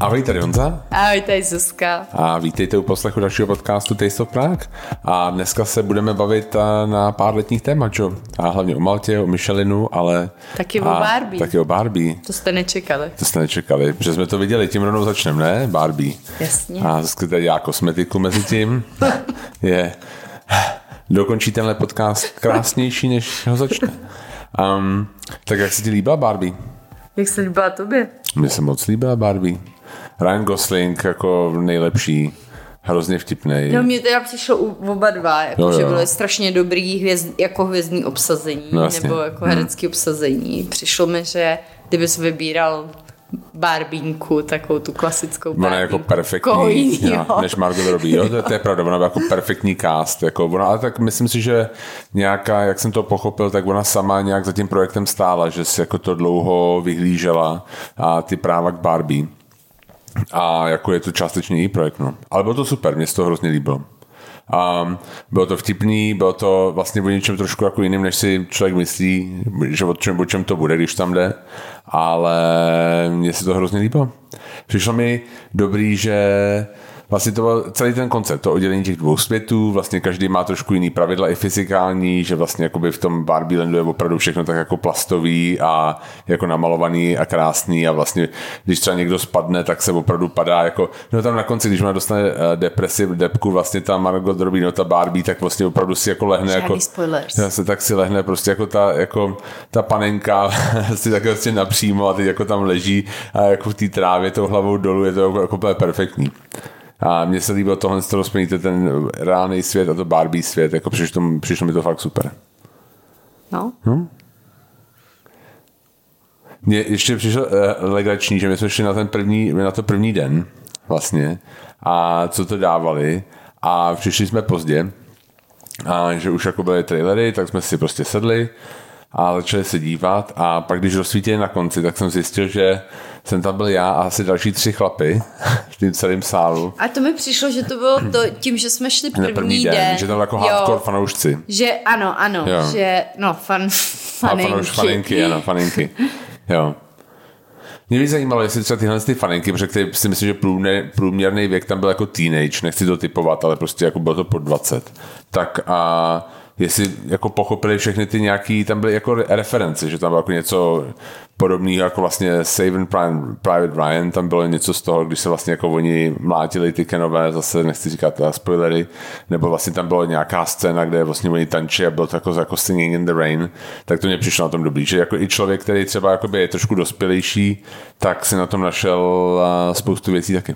Ahoj, tady Honza. Ahoj, tady Zuzka. A vítejte u poslechu dalšího podcastu Taste of Prague. A dneska se budeme bavit na pár letních témat, čo? A hlavně o Maltě, o Michelinu, ale... Taky o Barbie. Taky o Barbie. To jste nečekali. Protože jsme to viděli, tím rovnou začneme, ne? Barbie. Jasně. A Zuzka tady dělá kosmetiku mezi tím. Dokončí tenhle podcast krásnější, než ho začne. Tak jak se ti líbila Barbie? Jak se líbila tobě? Mně se moc líbila Barbie. Ryan Gosling jako nejlepší, hrozně vtipnej. No mě teda přišlo oba dva, jako, že byly strašně dobrý jako hvězdný obsazení, nebo jako herecký obsazení. Přišlo mi, že kdybys vybíral Barbínku, takovou tu klasickou Barbínku. Ona je jako perfektní, než Margot Robbie. Jo? To je pravda, ona je jako perfektní cast. Jako ona, ale tak myslím si, že nějaká, jak jsem to pochopil, tak ona sama nějak za tím projektem stála, že si jako to dlouho vyhlížela a ty práva k Barbie. A jako je to částečně její projekt, no. Ale bylo to super, mě se to hrozně líbilo. Bylo to vtipný, bylo to vlastně o něčem trošku jako jiným, než si člověk myslí, že o čem to bude, když tam jde, ale mně se to hrozně líbilo. Přišlo mi dobrý, že vlastně to byl celý ten koncept, to oddělení těch dvou světů, vlastně každý má trošku jiný pravidla i fyzikální, že vlastně jakoby v tom Barbie Landu je opravdu všechno tak jako plastový a jako namalovaný a krásný a vlastně když třeba někdo spadne, tak se opravdu padá jako, no tam na konci, když má dostane depku vlastně ta Margot Robbie, no ta Barbie, tak vlastně opravdu si jako lehne jako, tak si lehne prostě jako ta panenka si tak vlastně napřímo a teď jako tam leží a jako v té trávě tou hlavou dolů je to jako perfektní. A mně se líbilo tohle z toho rozpěníte ten reálný svět a to Barbie svět, jako přišlo mi to fakt super. No. Mně ještě přišlo legrační, že my jsme šli na to první den vlastně a co to dávali a přišli jsme pozdě a že už jako byly trailery, tak jsme si prostě sedli a začali se dívat a pak když rozsvítili na konci, tak jsem zjistil, že jsem tam byl já a asi další 3 chlapy v tím celém sálu. A to mi přišlo, že to bylo to, tím, že jsme šli první den. Že tam byl jako hardcore fanoušci. Že ano, jo. Že faninky. Jo. Mě by zajímalo, jestli třeba tyhle faninky, protože si myslím, že průměrný věk tam byl jako teenage, nechci to typovat, ale prostě jako bylo to pod 20. Tak a jestli jako pochopili všechny ty nějaký, tam byly jako reference, že tam bylo jako něco podobného jako vlastně Saving Private Ryan, tam bylo něco z toho, když se vlastně jako oni mlátili ty Kenové, zase nechci říkat teda spoilery, nebo vlastně tam byla nějaká scéna, kde vlastně oni tančí a bylo to jako Singing in the Rain, tak to mě přišlo na tom dobrý, že jako i člověk, který třeba jakoby je trošku dospělejší, tak si na tom našel spoustu věcí taky.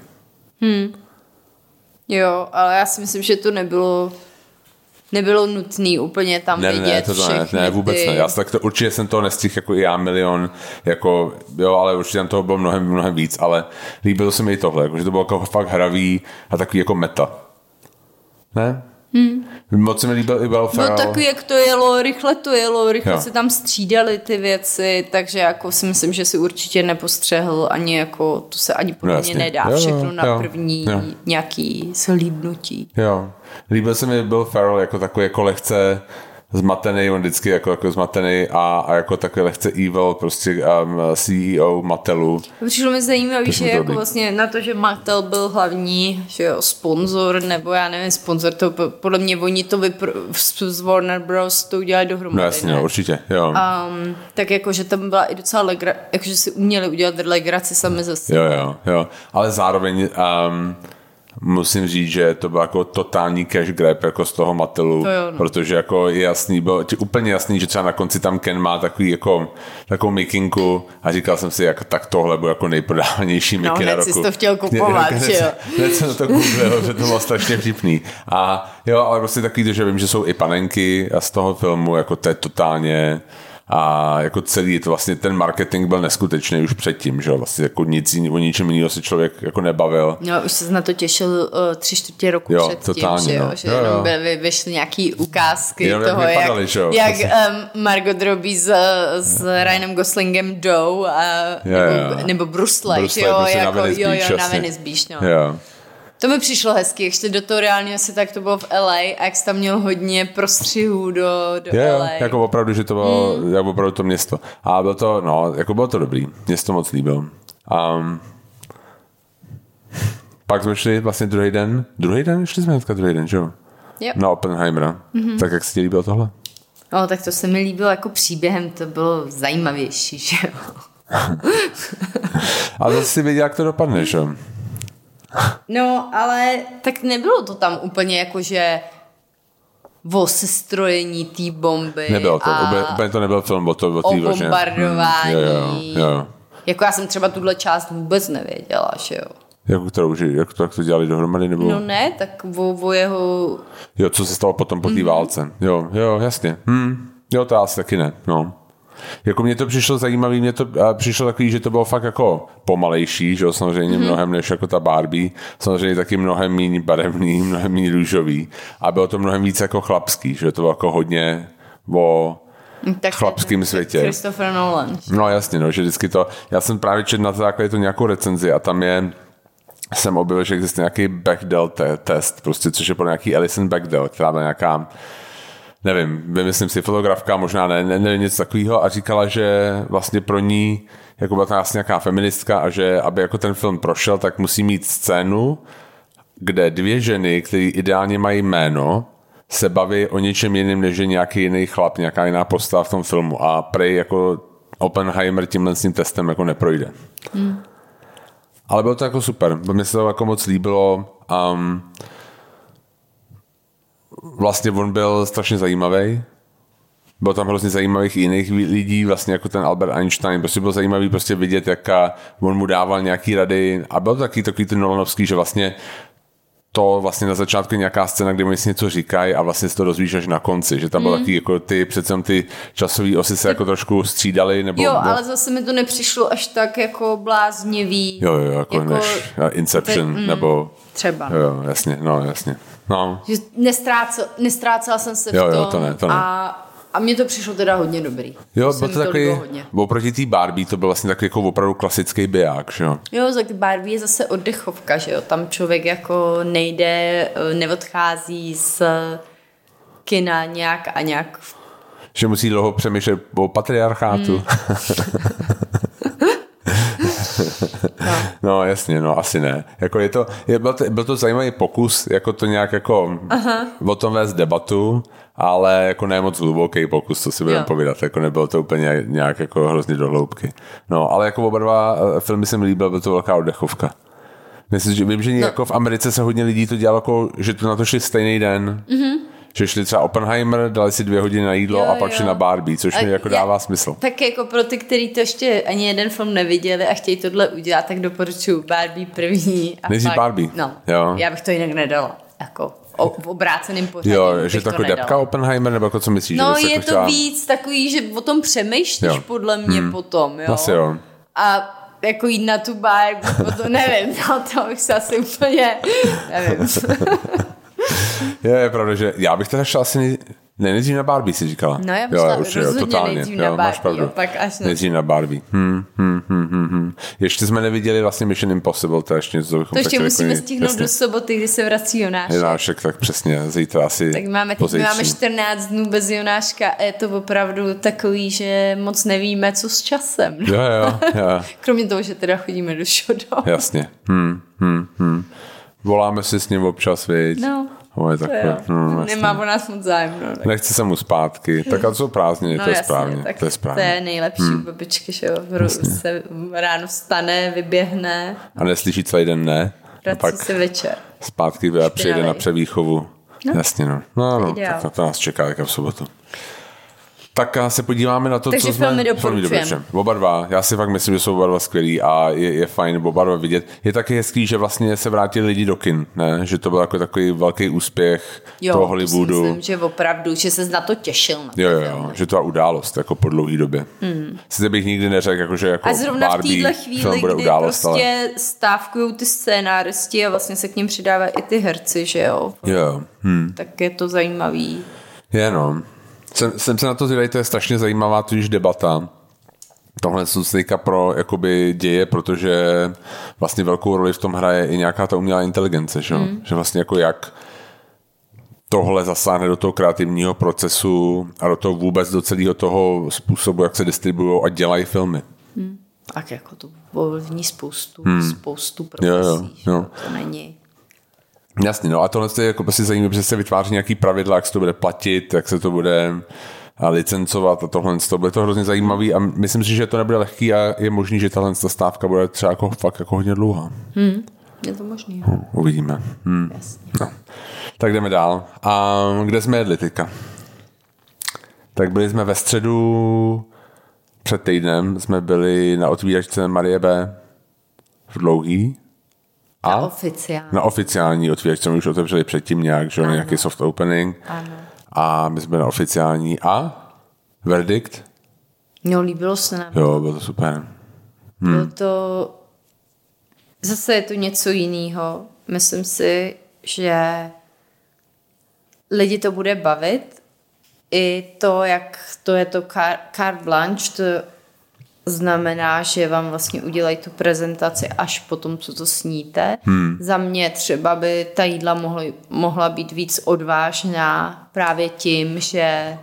Jo, ale já si myslím, že to nebylo nutný úplně tam vidět všechny ne, vůbec ne. Já tak to, určitě jsem toho nestihl jako i já milion, jako, jo, ale určitě tam toho bylo mnohem víc, ale líbilo se mi i tohle, jako, že to bylo jako fakt hravý a takový jako meta. Ne? Moc se mi líbil i Will Ferrell. No takový, jak to jelo, rychle se tam střídaly ty věci, takže jako si myslím, že si určitě nepostřehl ani jako, to se ani podle mě nedá všechno na první nějaký slídnutí. Jo. Líbil se mi Will Ferrell jako takový jako lehce zmatený, on vždycky jako zmatený a jako takový lehce evil, prostě CEO Mattelu. Přišlo mi zajímavý, že jako vlastně na to, že Mattel byl hlavní, že jo, sponzor, nebo já nevím, sponzor, to podle mě oni to z Warner Bros. To udělali dohromady. No jasně, no, určitě, jo. Tak jako, že tam byla i docela jakože si uměli udělat legraci sami ze sebe. Jo, ale zároveň musím říct, že to byl jako totální cash grab jako z toho Mattelu, protože jako je jasný, bylo úplně jasný, že třeba na konci tam Ken má takovou mikinku a říkal jsem si, jako, tak tohle byl jako nejprodávanější miky na roku. No, jsi to chtěl kupovat, že jo? Hned jsem to googlil, že to bylo strašně vtipný. A jo, ale prostě takový, že vím, že jsou i panenky a z toho filmu, jako to je totálně a jako celý to vlastně ten marketing byl neskutečný už předtím, že vlastně jako o ničem jiného se člověk jako nebavil. No, už se na to těšil 3/4 roku předtím, totálně, že jenom vyšly nějaký ukázky toho, jak Margot Robbie s Ryanem Goslingem jdou nebo Bruce Lee, že jo, jako na Venice Beach, no. Jo. To mi přišlo hezky, jak šli do toho reálního světa, tak to bylo v LA a jak jsi tam měl hodně prostřihů do LA. Jako opravdu, že to bylo jako opravdu to město. A bylo to, jako bylo to dobrý. Mě se to moc líbilo. Pak jsme šli vlastně druhý den, šli jsme hnedka druhý den, že jo? Yep. Na Oppenheimera. Tak jak se ti líbilo tohle? Tak to se mi líbilo jako příběhem, to bylo zajímavější, že jo? Ale zase si věděl, jak to dopadne, že jo? No, ale tak nebylo to tam úplně jako, že o sestrojení té bomby. Nebylo to, úplně to nebyl film o bombardování. Jo. Jako já jsem třeba tuhle část vůbec nevěděla, že jo. Jak to dělali dohromady? Nebo... No ne, tak o jeho... Jo, co se stalo potom po té válce. Jo, jasně. Jo, to asi taky ne, no. Jako mně to přišlo zajímavý, mně to přišlo takový, že to bylo fakt jako pomalejší, že jo, samozřejmě mnohem než jako ta Barbie, samozřejmě taky mnohem méně barevný, mnohem méně růžový a bylo to mnohem víc jako chlapský, že to bylo jako hodně o chlapském světě. Christopher Nolan. No jasně, no, že vždycky to, já jsem právě četl na základě to nějakou recenzi a tam jsem objevil, že existuje nějaký Bechdel test, prostě, což je pro nějaký Alison Bechdel, která byla nějaká, nevím, vymyslím si fotografka, možná ne něco takového a říkala, že vlastně pro ní, jako byla to vlastně nějaká feministka a že aby jako ten film prošel, tak musí mít scénu, kde dvě ženy, které ideálně mají jméno, se baví o něčem jiném, než je nějaký jiný chlap, nějaká jiná postava v tom filmu a prej jako Oppenheimer tímhle s tím testem jako neprojde. Ale bylo to jako super, mně se to jako moc líbilo. Vlastně on byl strašně zajímavý. Bylo tam hrozně zajímavých jiných lidí, vlastně jako ten Albert Einstein. Prostě bylo zajímavý prostě vidět, jaká on mu dával nějaký rady. A bylo to takový ty Nolanovský, že vlastně to vlastně na začátku nějaká scéna, kde mu něco říkají a vlastně si to dozvíš až na konci, že tam bylo taky jako přece ty časové osy se jako trošku střídaly. Nebo, ale zase mi to nepřišlo až tak jako bláznivý. Jo, jako než Inception, nebo... Třeba. Jo, jasně. No. Že nestrácela jsem se v tom. Jo, to ne. A mně to přišlo teda hodně dobrý. Jo, byl to takový, oproti té Barbie to byl vlastně takový jako opravdu klasický biják, že jo? Jo, tak Barbie je zase oddechovka, že jo? Tam člověk jako nejde, neodchází z kina nějak. Že musí dlouho přemýšlet o patriarchátu. No jasně, no asi ne. Jako byl to zajímavý pokus, jako to nějak jako o tom vést debatu, ale jako ne moc hluboký pokus, co si budeme povídat, jako nebylo to úplně nějak jako hrozně do hloubky. No, ale jako oba dva filmy se mi líbil, byl to velká oddechovka. Myslím, že vím, že jako v Americe se hodně lidí to dělalo, jako, že to na to šli stejný den. Že šli třeba Oppenheimer, dali si 2 hodiny na jídlo a pak šli na Barbie, což mi jako dává smysl. Tak jako pro ty, kteří to ještě ani jeden film neviděli a chtějí tohle udělat, tak doporučuji Barbie první. Nejdřív Barbie. No, jo. Já bych to jinak nedala. Jako v obráceném pořadí. Jo, že to jako depka Oppenheimer, nebo jako co myslíš? No že je to chtěla... víc takový, že o tom přemýšlíš podle mě potom, jo. Asi jo. A jako jít na tu Barbie, to nevím, no to bych se asi úplně, nevím. Je pravda, že já bych teda šel asi nejdřív na Barbie, si říkala. No já bych rozhodně nejdřív na Barbie, pak až na... Nejdřív na Barbie. Ještě jsme neviděli vlastně Mission Impossible, to ještě něco bychom... To ještě musíme stihnout do soboty, kdy se vrací Jonášek. Jonášek, tak přesně, zítra asi tak máme 14 dnů bez Jonáška a je to opravdu takový, že moc nevíme, co s časem. Jo. Kromě toho, že teda chodíme do šodo. Jasně. Voláme si s ním občas, viď? No. Nemá o nás moc zájem. No, nechce se mu zpátky. Tak a to jsou prázdniny, to je správně. To je nejlepší u babičky, že jo. Se ráno vstane, vyběhne. A neslyší celý den ne. Vrací se večer. Zpátky přijde na převýchovu. No. Jasně, no. No, tak to nás čeká jak v sobotu. Tak se podíváme na to, takže co jsme... Takže filmy doporučujeme. Oba dva. Já si fakt myslím, že jsou oba dva skvělí a je fajn oba dva vidět. Je taky hezký, že vlastně se vrátili lidi do kin, ne? Že to byl jako takový velký úspěch toho Hollywoodu. Jo, myslím, že opravdu, že se na to těšil. Jo, že to je událost jako po dlouhý době. Sice bych nikdy neřekl, jako, že jako a zrovna Barbie v téhle chvíli, kdy událost, prostě stávkujou ty scénáristi a vlastně se k ním přidávají i ty herci, že jo? Jo. Tak je to zajímavý. Je, no. Jsem se na to zvědavý, to je strašně zajímavá tudíž debata. Tohle jsou teďka pro jakoby děje, protože vlastně velkou roli v tom hraje i nějaká ta umělá inteligence, že? Že vlastně jako jak tohle zasáhne do toho kreativního procesu a do toho vůbec do celého toho způsobu, jak se distribuují a dělají filmy. Tak jako to ovlivní spoustu profesí. Jo. To není... Jasně, no a tohle je jako prostě zajímavé, že se vytváří nějaký pravidla, jak se to bude platit, jak se to bude licencovat a tohle. To bude to hrozně zajímavý a myslím si, že to nebude lehký a je možný, že tahle stávka bude třeba jako fakt jako hodně dlouhá. Je to možný. Uvidíme. Jasně. No. Tak jdeme dál. A kde jsme jedli teďka? Tak byli jsme ve středu před týdnem, jsme byli na otvíračce Marie B. v Dlouhý. Na oficiální otvíračce, jsme už otevřeli předtím nějak, že nějaký soft opening. Ano. A my jsme na oficiální a verdikt? No, líbilo se nám. Jo, bylo to super. Bylo to... Zase je to něco jiného. Myslím si, že lidi to bude bavit. I to, jak to je to carte blanche, to znamená, že vám vlastně udělají tu prezentaci až po tom, co to sníte. Za mě třeba by ta jídla mohla být víc odvážná právě tím, že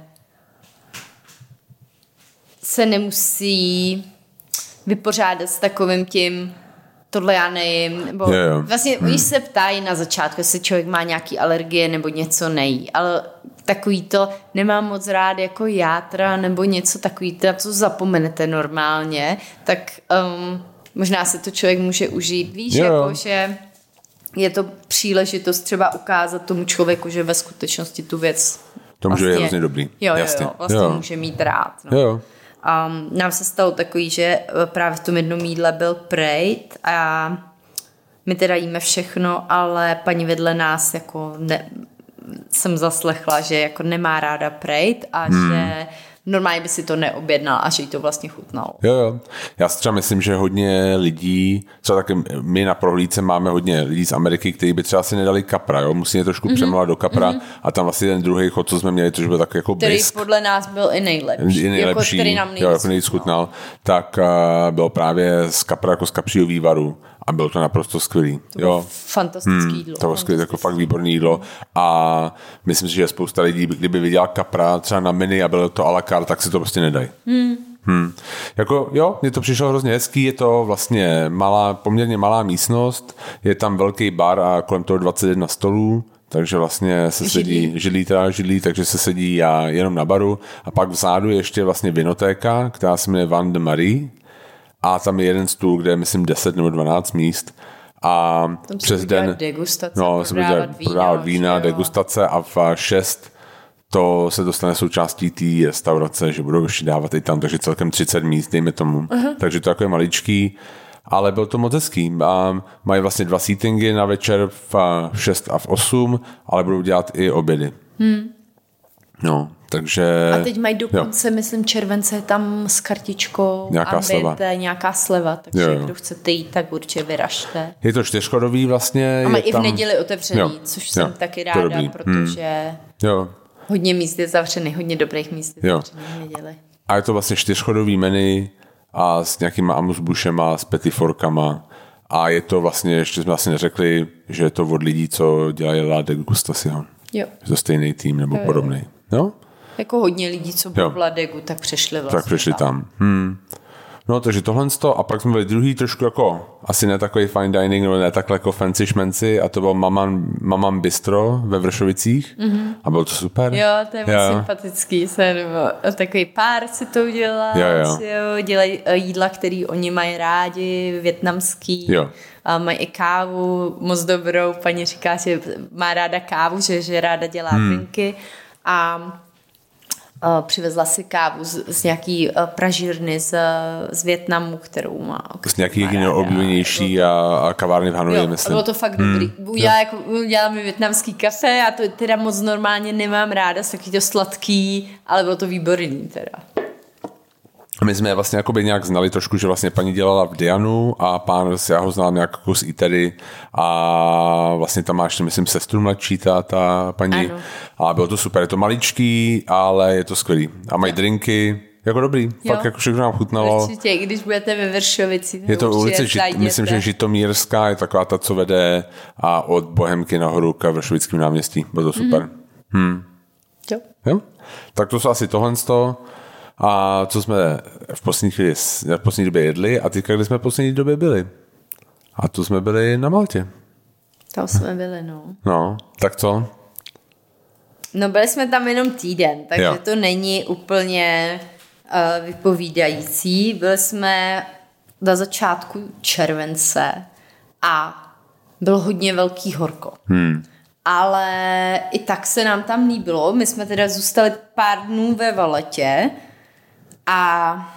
se nemusí vypořádat s takovým tím tohle já nejím, nebo vlastně oni se ptají na začátku, jestli člověk má nějaký alergie nebo něco nejí, ale takový to nemám moc rád jako játra nebo něco takový, to, co zapomenete normálně, tak možná se to člověk může užít. Víš, jako, že je to příležitost třeba ukázat tomu člověku, že ve skutečnosti tu věc to může být hrozně dobrý. Jo, vlastně může mít rád. No. Jo. Nám se stalo takový, že právě v tom jednom jídle byl Pride a my teda jíme všechno, ale paní vedle nás jako jsem zaslechla, že jako nemá ráda Pride a že normálně by si to neobjednal a že jí to vlastně chutnalo. Jo. Já si třeba myslím, že hodně lidí, třeba taky my na prohlídce máme hodně lidí z Ameriky, kteří by třeba si nedali kapra, jo? Musí je trošku přemolat do kapra a tam vlastně ten druhý chod, co jsme měli, což byl tak jako který brisk. Podle nás byl i nejlepší. Jako, který nám nejvíc chutnal. Tak bylo právě z kapra jako z kapřího vývaru. A bylo to naprosto skvělý. To bylo fantastické jídlo. To bylo skvělé, jako fakt výborné jídlo. A myslím si, že spousta lidí, kdyby viděl kapra třeba na menu a bylo to à la carte, tak si to prostě nedají. Jako jo, mně to přišlo hrozně hezký, je to vlastně poměrně malá místnost, je tam velký bar a kolem toho 21 stolů, takže vlastně se sedí židlí, takže se sedí jenom na baru a pak vzadu je ještě vlastně vinotéka, která se jmenuje Van de Marie. A tam je jeden stůl, kde je, myslím, 10 nebo 12 míst. A tam přes den degustace, prodávat vína, degustace a v 6 to se dostane součástí té restaurace, že budou ještě dávat i tam, takže celkem 30 míst, dejme tomu. Takže to je takové maličký, ale byl to moc hezký. A mají vlastně 2 seatingy na večer v 6 a v 8, ale budou dělat i obědy. No, takže... A teď mají dokonce, myslím, července tam s kartičkou nějaká sleva, takže kdo chcete jít, tak určitě vyražte. Je to 4chodový vlastně. A mají i v neděli otevřený, což jsem taky ráda, protože hodně míst je zavřený, hodně dobrých míst je zavřený v neděli. A je to vlastně 4chodový menu a s nějakýma amuse-bouchema, s petiforkama a je to vlastně, ještě jsme vlastně neřekli, že je to od lidí, co dělají La Degustación. Jo. Je to stejný tým nebo podobný. Jo? Jako hodně lidí, co bylo v Ladegu, tak přešli vlastně. Tak přešli tam. No, takže tohle a pak jsme byli druhý trošku jako, asi ne takový fine dining, nebo ne takhle jako fancy šmenci a to byl Maman Bistro ve Vršovicích a bylo to super. Jo, to je moc sympatický, takový pár si to udělal, dělají jídla, který oni mají rádi, vietnamský. A mají i kávu, moc dobrou, paní říká, že má ráda kávu, že ráda dělá drinky a přivezla si kávu z nějaký pražírny z Vietnamu, kterou má. Z nějaký oblíbenější a kavárny v Hanoji, myslím. Bylo to fakt dobrý. Udělala mi vietnamský kafe a to teda moc normálně nemám ráda, taky to sladký, ale bylo to výborný teda. My jsme vlastně jakoby nějak znali trošku, že vlastně paní dělala v Dianu a pán, já ho znám nějak z Itery a vlastně tam máš, myslím, sestru mladší ta paní. Ano. A bylo to super, je to maličký, ale je to skvělý. A mají drinky, jako dobrý, fakt jako všechno nám chutnalo. Určitě, když budete ve Vršovici. Je to ulice, myslím, že Žitomírská je taková ta, co vede a od Bohemky nahoru k Vršovickým náměstí. Bylo to super. Jo. Tak to jsou asi tohle. A co jsme v poslední době jedli a teďka, kde jsme v poslední době byli. A tu jsme byli na Maltě. Tam jsme byli, no. No, tak co? No byli jsme tam jenom týden, takže to není úplně vypovídající. Byli jsme na začátku července a bylo hodně velký horko. Ale i tak se nám tam líbilo. My jsme teda zůstali pár dnů ve Valetě a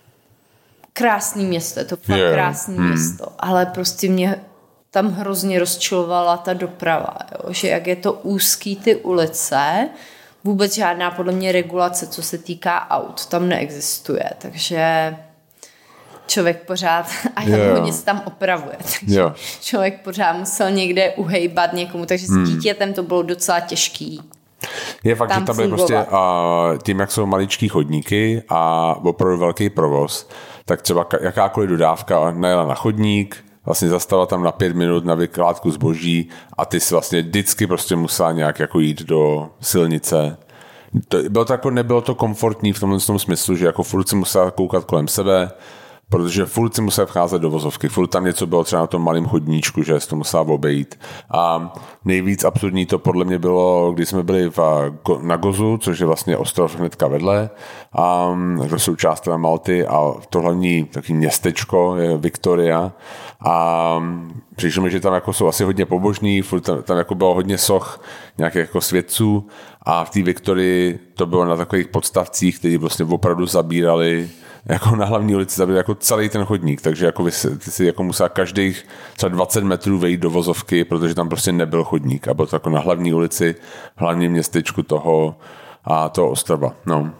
krásný město, je to fakt krásný město, ale prostě mě tam hrozně rozčilovala ta doprava, jo? Že jak je to úzký ty ulice, vůbec žádná podle mě regulace, co se týká aut, tam neexistuje, takže člověk pořád, a hodně se tam opravuje, takže člověk pořád musel někde uhejbat někomu, takže s dítětem to bylo docela těžký. Je fakt, že tam byly prostě tím, jak jsou maličký chodníky a opravdu velký provoz, tak třeba jakákoliv dodávka najela na chodník, vlastně zastala tam na 5 minut na vykládku zboží a ty si vlastně vždycky prostě musela nějak jako jít do silnice. Nebylo to komfortní v tomhle smyslu, že jako furt si musela koukat kolem sebe, protože furt si musel vcházet do vozovky, furt tam něco bylo třeba na tom malém chodníčku, že jsi to musel obejít. A nejvíc absurdní to podle mě bylo, když jsme byli na Gozu, což je vlastně ostrov hnedka vedle, a to součást Malty a to hlavní takové městečko je Victoria. A přišlo mi, že tam jako jsou asi hodně pobožní, furt tam jako bylo hodně soch nějakých jako svědců a v té Victorii to bylo na takových podstavcích, které vlastně opravdu zabírali jako na hlavní ulici zabili jako celý ten chodník, takže jako ty si jako musel každých třeba 20 metrů vejít do vozovky, protože tam prostě nebyl chodník a bylo to jako na hlavní ulici, v hlavním městečku toho ostrova.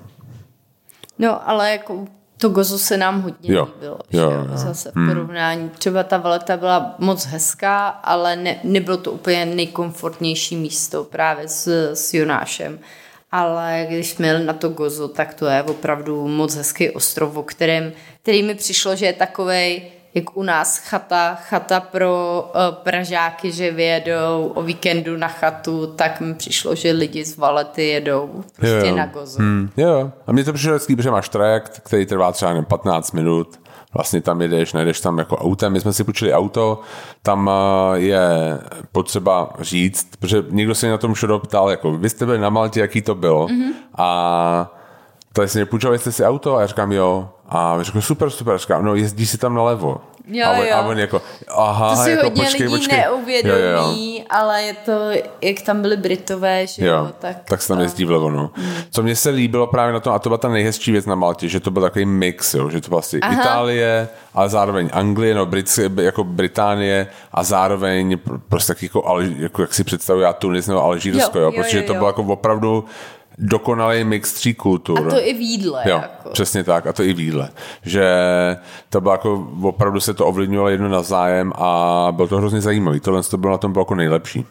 No, ale jako to Gozo se nám hodně líbilo. Zase v porovnání. Třeba ta Valeta byla moc hezká, ale nebylo to úplně nejkomfortnější místo právě s Jonášem. Ale když jsme jeli na to Gozo, tak to je opravdu moc hezký ostrov, který mi přišlo, že je takovej, jak u nás chata pro Pražáky, že vyjedou o víkendu na chatu, tak mi přišlo, že lidi z Valety jedou prostě na Gozo. Jo, a mně to přišlo hezký, protože máš trajekt, který trvá třeba 15 minut, vlastně tam najdeš tam jako autem. My jsme si půjčili auto, tam je potřeba říct, protože někdo se na tom všude ptal, jako vy jste byli na Maltě, jaký to bylo a tady si nepůjčovali jste si auto a já říkám jo a řekl super, říkám, no jezdí si tam nalevo. A on jako, aha, to si jako, hodně lidí neuvědomí, ale je to, jak tam byli Britové, že jo, tak se tam jezdí vlevo, no. Co mně se líbilo právě na tom, a to byla ta nejhezčí věc na Maltě, že to byl takový mix, jo, že to vlastně Itálie, ale zároveň Anglie, no jako Británie a zároveň prostě tak jako jak si představuji já Tunis nebo Alžírsko, jo, protože to bylo jako opravdu dokonalý mix 3 kultur. A to i v jídle. Jo, jako. Přesně tak, a to i v jídle. Že to bylo jako, opravdu se to ovlivňovalo jedno navzájem a bylo to hrozně zajímavý. Tohle to bylo na tom bylo jako nejlepší.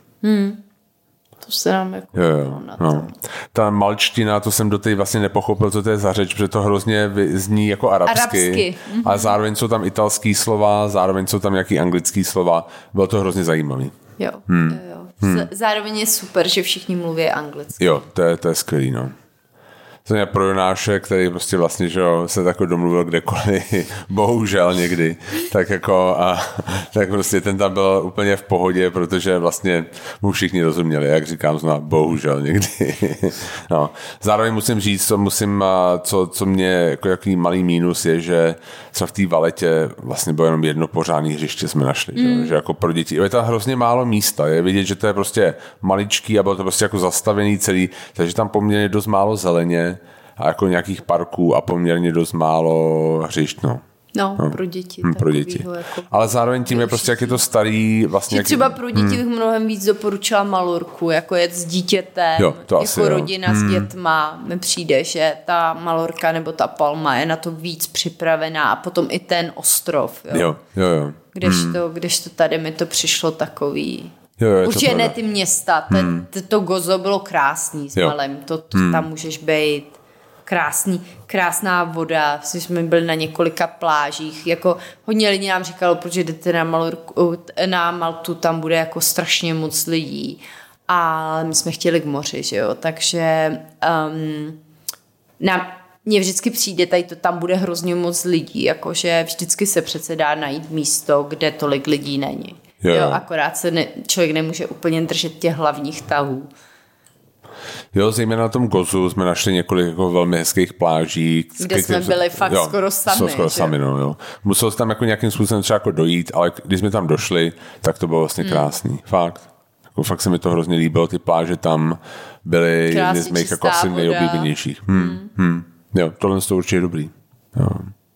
To se nám jako Ta malčtina, to jsem doteď vlastně nepochopil, co to je za řeč, protože to hrozně zní jako arabsky. A zároveň jsou tam italský slova, zároveň jsou tam nějaký anglický slova. Bylo to hrozně zajímavý. Jo. Zároveň je super, že všichni mluví anglicky. Jo, to je skvělý, no. To je pro Jonáše, který prostě vlastně, že se tako domluvil kdekoliv, bohužel někdy, tak jako tak prostě ten tam byl úplně v pohodě, protože vlastně mu všichni rozuměli, jak říkám znovu, bohužel někdy. No. Zároveň musím říct, co mě jako jaký malý mínus je, že třeba v té Valetě vlastně bylo jenom jedno pořádné hřiště jsme našli, že jako pro děti. Je tam hrozně málo místa, je vidět, že to je prostě maličký a bylo to prostě jako zastavený celý, takže tam poměrně dost málo zeleně a jako nějakých parků a poměrně dost málo hřišť, pro děti. Pro děti. Jako ale zároveň tím je prostě, jak je to starý vlastně. Třeba pro děti bych mnohem víc doporučila Malorku, jako jet s dítětem, jako rodina s dětma. Mi přijde, že ta Malorka nebo ta Palma je na to víc připravená a potom i ten ostrov. Jo. Kdežto tady mi to přišlo takový. Určitě ne ty města, to Gozo bylo krásný s malem, to tam můžeš být. Krásná voda, jsme byli na několika plážích, jako hodně lidí nám říkalo, proč jdete na Maltu, tam bude jako strašně moc lidí a my jsme chtěli k moři, že jo, takže mně vždycky přijde, tady to tam bude hrozně moc lidí, jakože vždycky se přece dá najít místo, kde tolik lidí není. Jo, akorát se člověk nemůže úplně držet těch hlavních tahů. Jo, zejména na tom Gozu jsme našli několik jako velmi hezkých pláží. Kde jsme byli fakt skoro sami. Skoro sami, no, jo. Muselo se tam jako nějakým způsobem třeba jako dojít, ale když jsme tam došli, tak to bylo vlastně krásný. Fakt. Jako fakt se mi to hrozně líbilo, ty pláže tam byly jedny z mých jako asi nejoblíbenějších. Jo, tohle je určitě dobrý. Jo.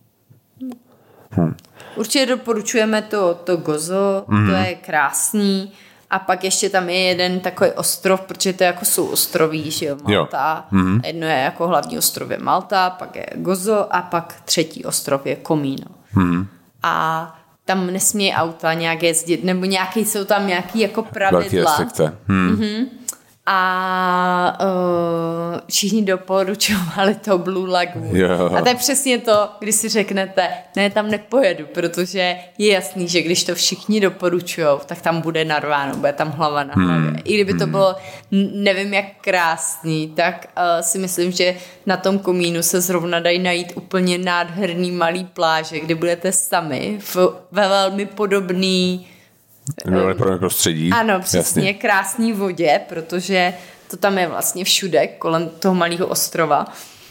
Určitě doporučujeme to Gozo, to je krásný. A pak ještě tam je jeden takový ostrov, protože to jako jsou ostroví, že jo, Malta. Jedno je jako hlavní ostrov je Malta, pak je Gozo a pak třetí ostrov je Comino. A tam nesmí auta nějak jezdit, nebo jsou tam nějaký jako pravidla. Velký restrikce. A všichni doporučovali to Blue Lagoon. Jo. A to je přesně to, když si řeknete, ne, tam nepojedu, protože je jasný, že když to všichni doporučujou, tak tam bude narváno, bude tam hlava na hlavě. I kdyby to bylo nevím jak krásný, tak si myslím, že na tom Comínu se zrovna dají najít úplně nádherný malý pláže, kde budete sami ve velmi podobný prostředí. Ano, přesně, jasně. Krásný vodě, protože to tam je vlastně všude kolem toho malého ostrova.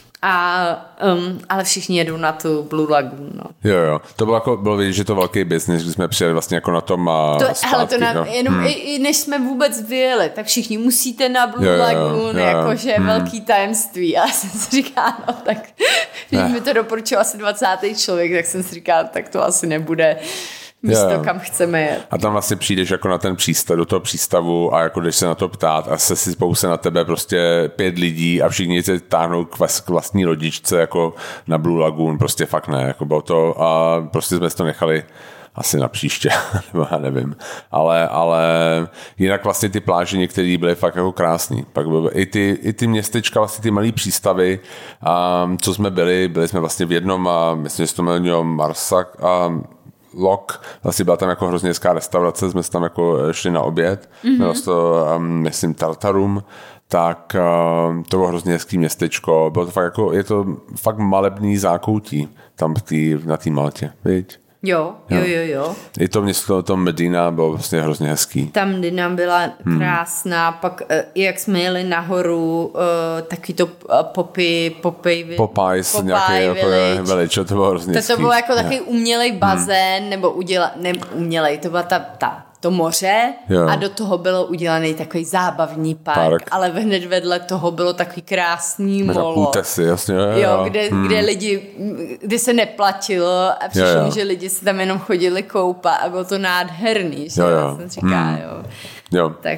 Ale všichni jedou na tu Blue Lagoon. No. Jo. To bylo vidět, že to velký business, když jsme přijeli vlastně jako na tom zpátky. Jenom i než jsme vůbec vyjeli, tak všichni musíte na Blue Lagoon, jakože velký tajemství. A já jsem si říkala, no tak, když mi to doporučil asi 20. člověk, tak jsem si říkala, tak to asi nebude místo, kam chceme jet. A tam vlastně přijdeš jako na ten přístav, do toho přístavu a jako jdeš se na to ptát a se si spouse na tebe prostě 5 lidí a všichni se táhnou k vlastní rodičce jako na Blue Lagoon, prostě fakt ne, jako bylo to a prostě jsme si to nechali asi na příště, nebo já nevím. Ale jinak vlastně ty pláže některé byly fakt jako krásný. Pak i ty městečka, vlastně ty malý přístavy, co jsme byli jsme vlastně v jednom a myslím, že se to jmenuje Marsak a Lok, vlastně byla tam jako hrozně hezká restaurace, jsme se tam jako šli na oběd, bylo to, myslím, Tartarum, tak to bylo hrozně hezký městečko, bylo to fakt jako, je to fakt malebný zákoutí tam na té Maltě, viď? Jo. I to město, to Medina bylo vlastně hrozně hezký. Ta Medina byla krásná, pak jak jsme jeli nahoru, taky to Popeyes nějaký jako veliče, to bylo hrozně hezký. To bylo jako takový umělej bazén, nebo umělej, to byla to moře a do toho bylo udělaný takový zábavní park. Ale hned vedle toho bylo takový krásný molo. Útesy, jasně. Jo, kde lidi, kde se neplatilo a přišlo mi, že lidi se tam jenom chodili koupat a bylo to nádherný, že já jsem říká, jo. Tak...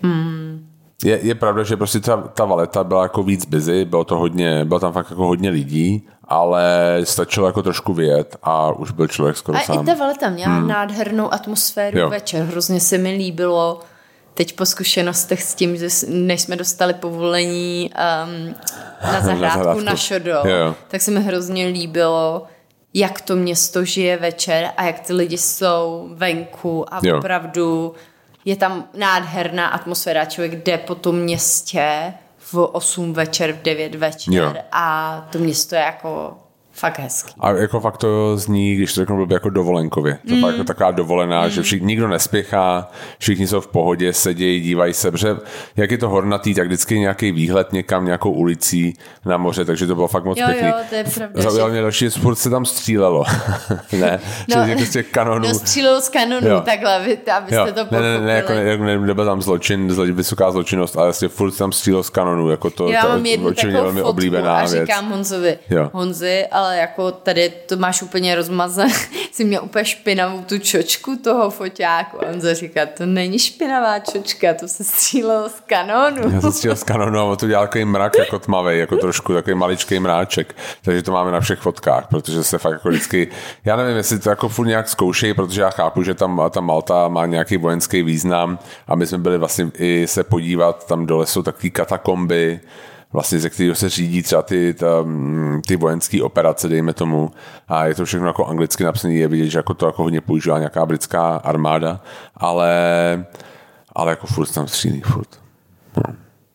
Je pravda, že prostě ta Valeta byla jako víc busy, bylo tam fakt jako hodně lidí, ale stačilo jako trošku vyjet a už byl člověk skoro sám. A i ta Valeta měla nádhernou atmosféru večer, hrozně se mi líbilo teď po zkušenostech s tím, že než jsme dostali povolení na zahrádku na Šodo, tak se mi hrozně líbilo, jak to město žije večer a jak ty lidi jsou venku a opravdu je tam nádherná atmosféra, člověk jde po tom městě v 8 večer, v 9 večer a to město je jako fakt hezký. A jako fakt to zní, když to řeknu blbě, jako dovolenkově. To fakt jako taková dovolená, že nikdo nespěchá, všichni jsou v pohodě, sedějí, dívají se, protože jak je to hornatý, tak vždycky nějaký výhled někam, nějakou ulicí na moře, takže to bylo fakt moc pěkný. Jo, to je pravda. Zaujalo mě další, furt se tam střílelo. Ne? Prostě kanonů. No střílelo z kanonů, takhle, abyste to pochopili. Ne, nebyl tam vysoká zločinnost, ale vlastně furt tam střílelo z kanonů. Jako to, já mám jednu takovou fotku a věc. Říkám Honzi, ale jako tady to máš úplně rozmazané, jsi měl úplně špinavou tu čočku toho foťáku. A on říká, to není špinavá čočka, to se střílelo z kanonu. Já jsem střílel z kanonu a on to dělal takový mrak jako tmavý, jako trošku takový maličký mráček. Takže to máme na všech fotkách, protože se fakt jako vždycky, já nevím, jestli to jako furt nějak zkoušejí, protože já chápu, že tam ta Malta má nějaký vojenský význam a my jsme byli vlastně i se podívat, tam dole jsou takový katakomby, vlastně ze kterého se řídí třeba ty vojenské operace, dejme tomu, a je to všechno jako anglicky napsané, je vidět, že jako to jako hodně používá nějaká britská armáda, ale jako furt tam střílí, furt. No.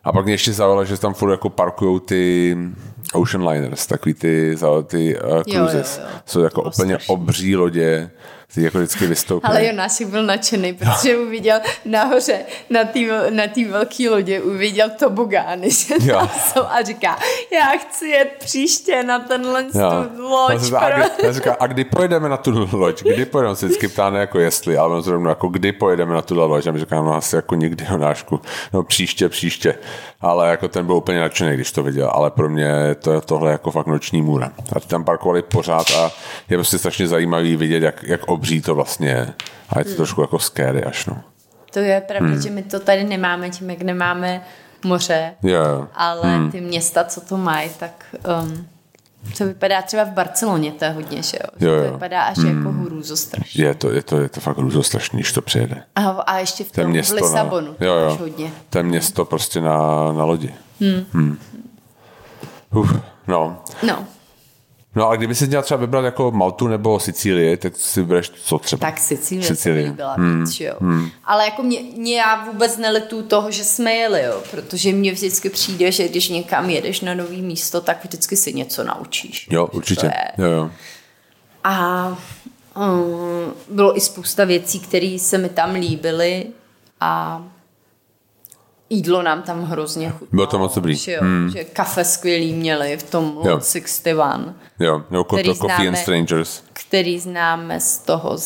A pak mě ještě zaujalo, že tam furt jako parkujou ty Ocean Liners, takový ty cruises. Jo. Jsou jako úplně obří lodě, ty jako vždycky vystoupí. Ale Jonášek byl nadšený, protože uviděl nahoře na té velké lodě uviděl tobogány, že tam jsou a říká, já chci jet příště na tenhle loď. Já říkám, a kdy pojedeme na tu loď? Kdy pojedeme? Se vždycky ptáme jako jestli, ale on zrovna jako kdy pojedeme na tu loď? A mi říkám, no asi jako nikdy, Jonášku. No příště. Ale jako ten byl úplně nadšený, když to viděl. Ale pro mě tohle jako fakt noční můra. A ty tam parkovali pořád a je prostě strašně zajímavý vidět, jak obří to vlastně je. A je to trošku jako scary až, no. To je pravda, že my to tady nemáme, tím jak nemáme moře, ale ty města, co to mají, tak to vypadá třeba v Barceloně, to je hodně, že jo? Že to vypadá až jako hrůzostrašně. Je to fakt hrůzostrašný, když to přijede. A ještě v tom v Lisabonu. Jo. Hodně. To je město prostě na lodi. No a kdyby si měla třeba vybrat jako Maltu nebo Sicílii, tak si vybereš co třeba? Tak Sicílie byla víc, jo. Ale jako já vůbec neletuju toho, že jsme jeli, jo, protože mně vždycky přijde, že když někam jedeš na nový místo, tak vždycky si něco naučíš. Jo, určitě. Jo. A bylo i spousta věcí, které se mi tam líbily a jídlo nám tam hrozně chutnalo. Bylo to moc dobrý. Že kafe skvělý měli v tom Lot 61. Jo, nebo Coffee and Strangers. Který známe z toho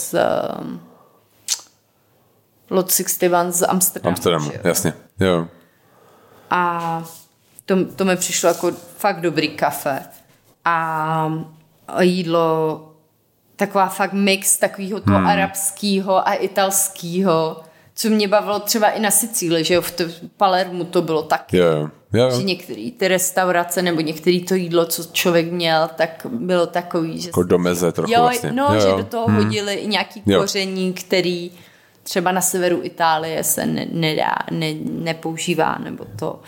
Lot 61 z Amsterdamu. Jasně. Jo. A to mi přišlo jako fakt dobrý kafe. A jídlo taková fakt mix takového toho arabského a italského, co mě bavilo třeba i na Sicílii, že jo, v Palermu to bylo taky. Že některé ty restaurace nebo některé to jídlo, co člověk měl, tak bylo takový, že... Jako do meze trochu vlastně. Že do toho hodili i nějaký koření, který třeba na severu Itálie se nepoužívá, nebo to...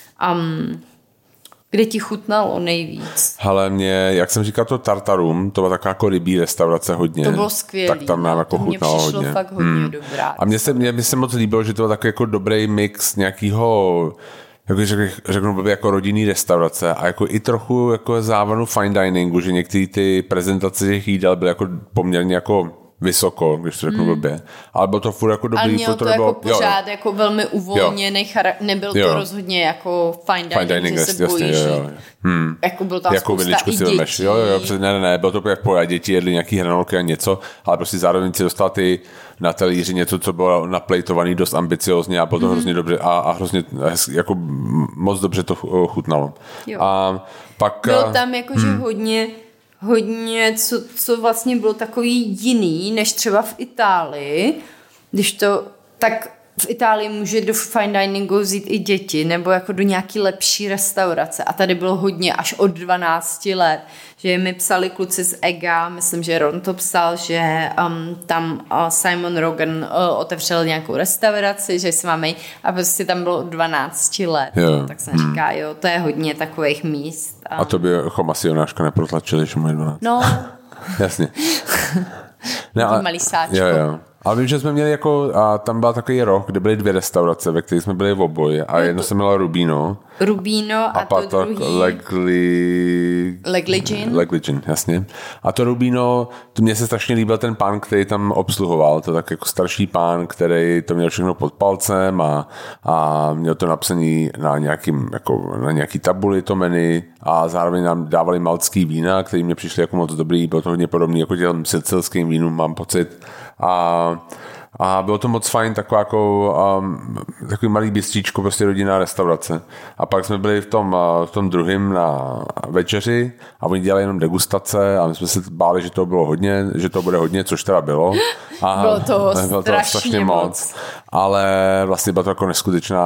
Kde ti chutnalo nejvíc? Ale jak jsem říkal, to Tartarum, to byla taková jako rybí restaurace hodně. To bylo skvělý. Tak tam nám jako chutnalo hodně. Mně fakt hodně dobrá. A mně se moc líbilo, že to byl takový jako dobrý mix nějakého, jako řeknu jako rodinný restaurace a jako i trochu jako závanu fine diningu, že některé ty prezentace těch jídel byly jako poměrně jako vysoko, když to řeknu blbě. Ale bylo to furt jako dobrý. Ale mělo to jako pořád jako velmi uvolněný nebyl to rozhodně jako fine dining, že se bojíš. Jako bylo tam jakou spousta i dětí. Ne, bylo to jako děti jedli nějaký hranolky a něco, ale prostě zároveň si dostal ty na talíři něco, co bylo naplejtovaný dost ambiciozně a bylo to hrozně dobře a hrozně jako moc dobře to chutnalo. A pak... Bylo tam jakože hodně, co vlastně bylo takový jiný, než třeba v Itálii, když to, tak v Itálii může do fine diningu vzít i děti, nebo jako do nějaký lepší restaurace a tady bylo hodně až od 12 let, že mi psali kluci z EGA, myslím, že Ron to psal, že tam Simon Rogan otevřel nějakou restauraci, že si máme a prostě tam bylo od 12 let. Tak jsem říká, to je hodně takových míst. A to bychom asi Jonáška neprotlačili, že mají 12. No. Jasně. Malý sáčko. Jo. Ale vím, že jsme měli jako, a tam byl takový roh, kde byly 2 restaurace, ve kterých jsme byli v oboji a jedno se jmenovalo Rubino a to druhý Legli Gin, jasně. A to Rubino, to mně se strašně líbil ten pán, který tam obsluhoval, to tak jako starší pán, který to měl všechno pod palcem a měl to napsaný na nějaký tabuli to menu a zároveň nám dávali maltský vína, který mě přišly jako moc dobrý, bylo to hodně podobný jako těm sicilským vínům, mám pocit. A bylo to moc fajn, takový malý bistříčko, prostě rodinná restaurace. A pak jsme byli v tom druhém na večeři a oni dělali jenom degustace a my jsme se báli, že to bylo hodně, že to bude hodně, což teda bylo. A bylo to strašně moc. Ale vlastně byla to jako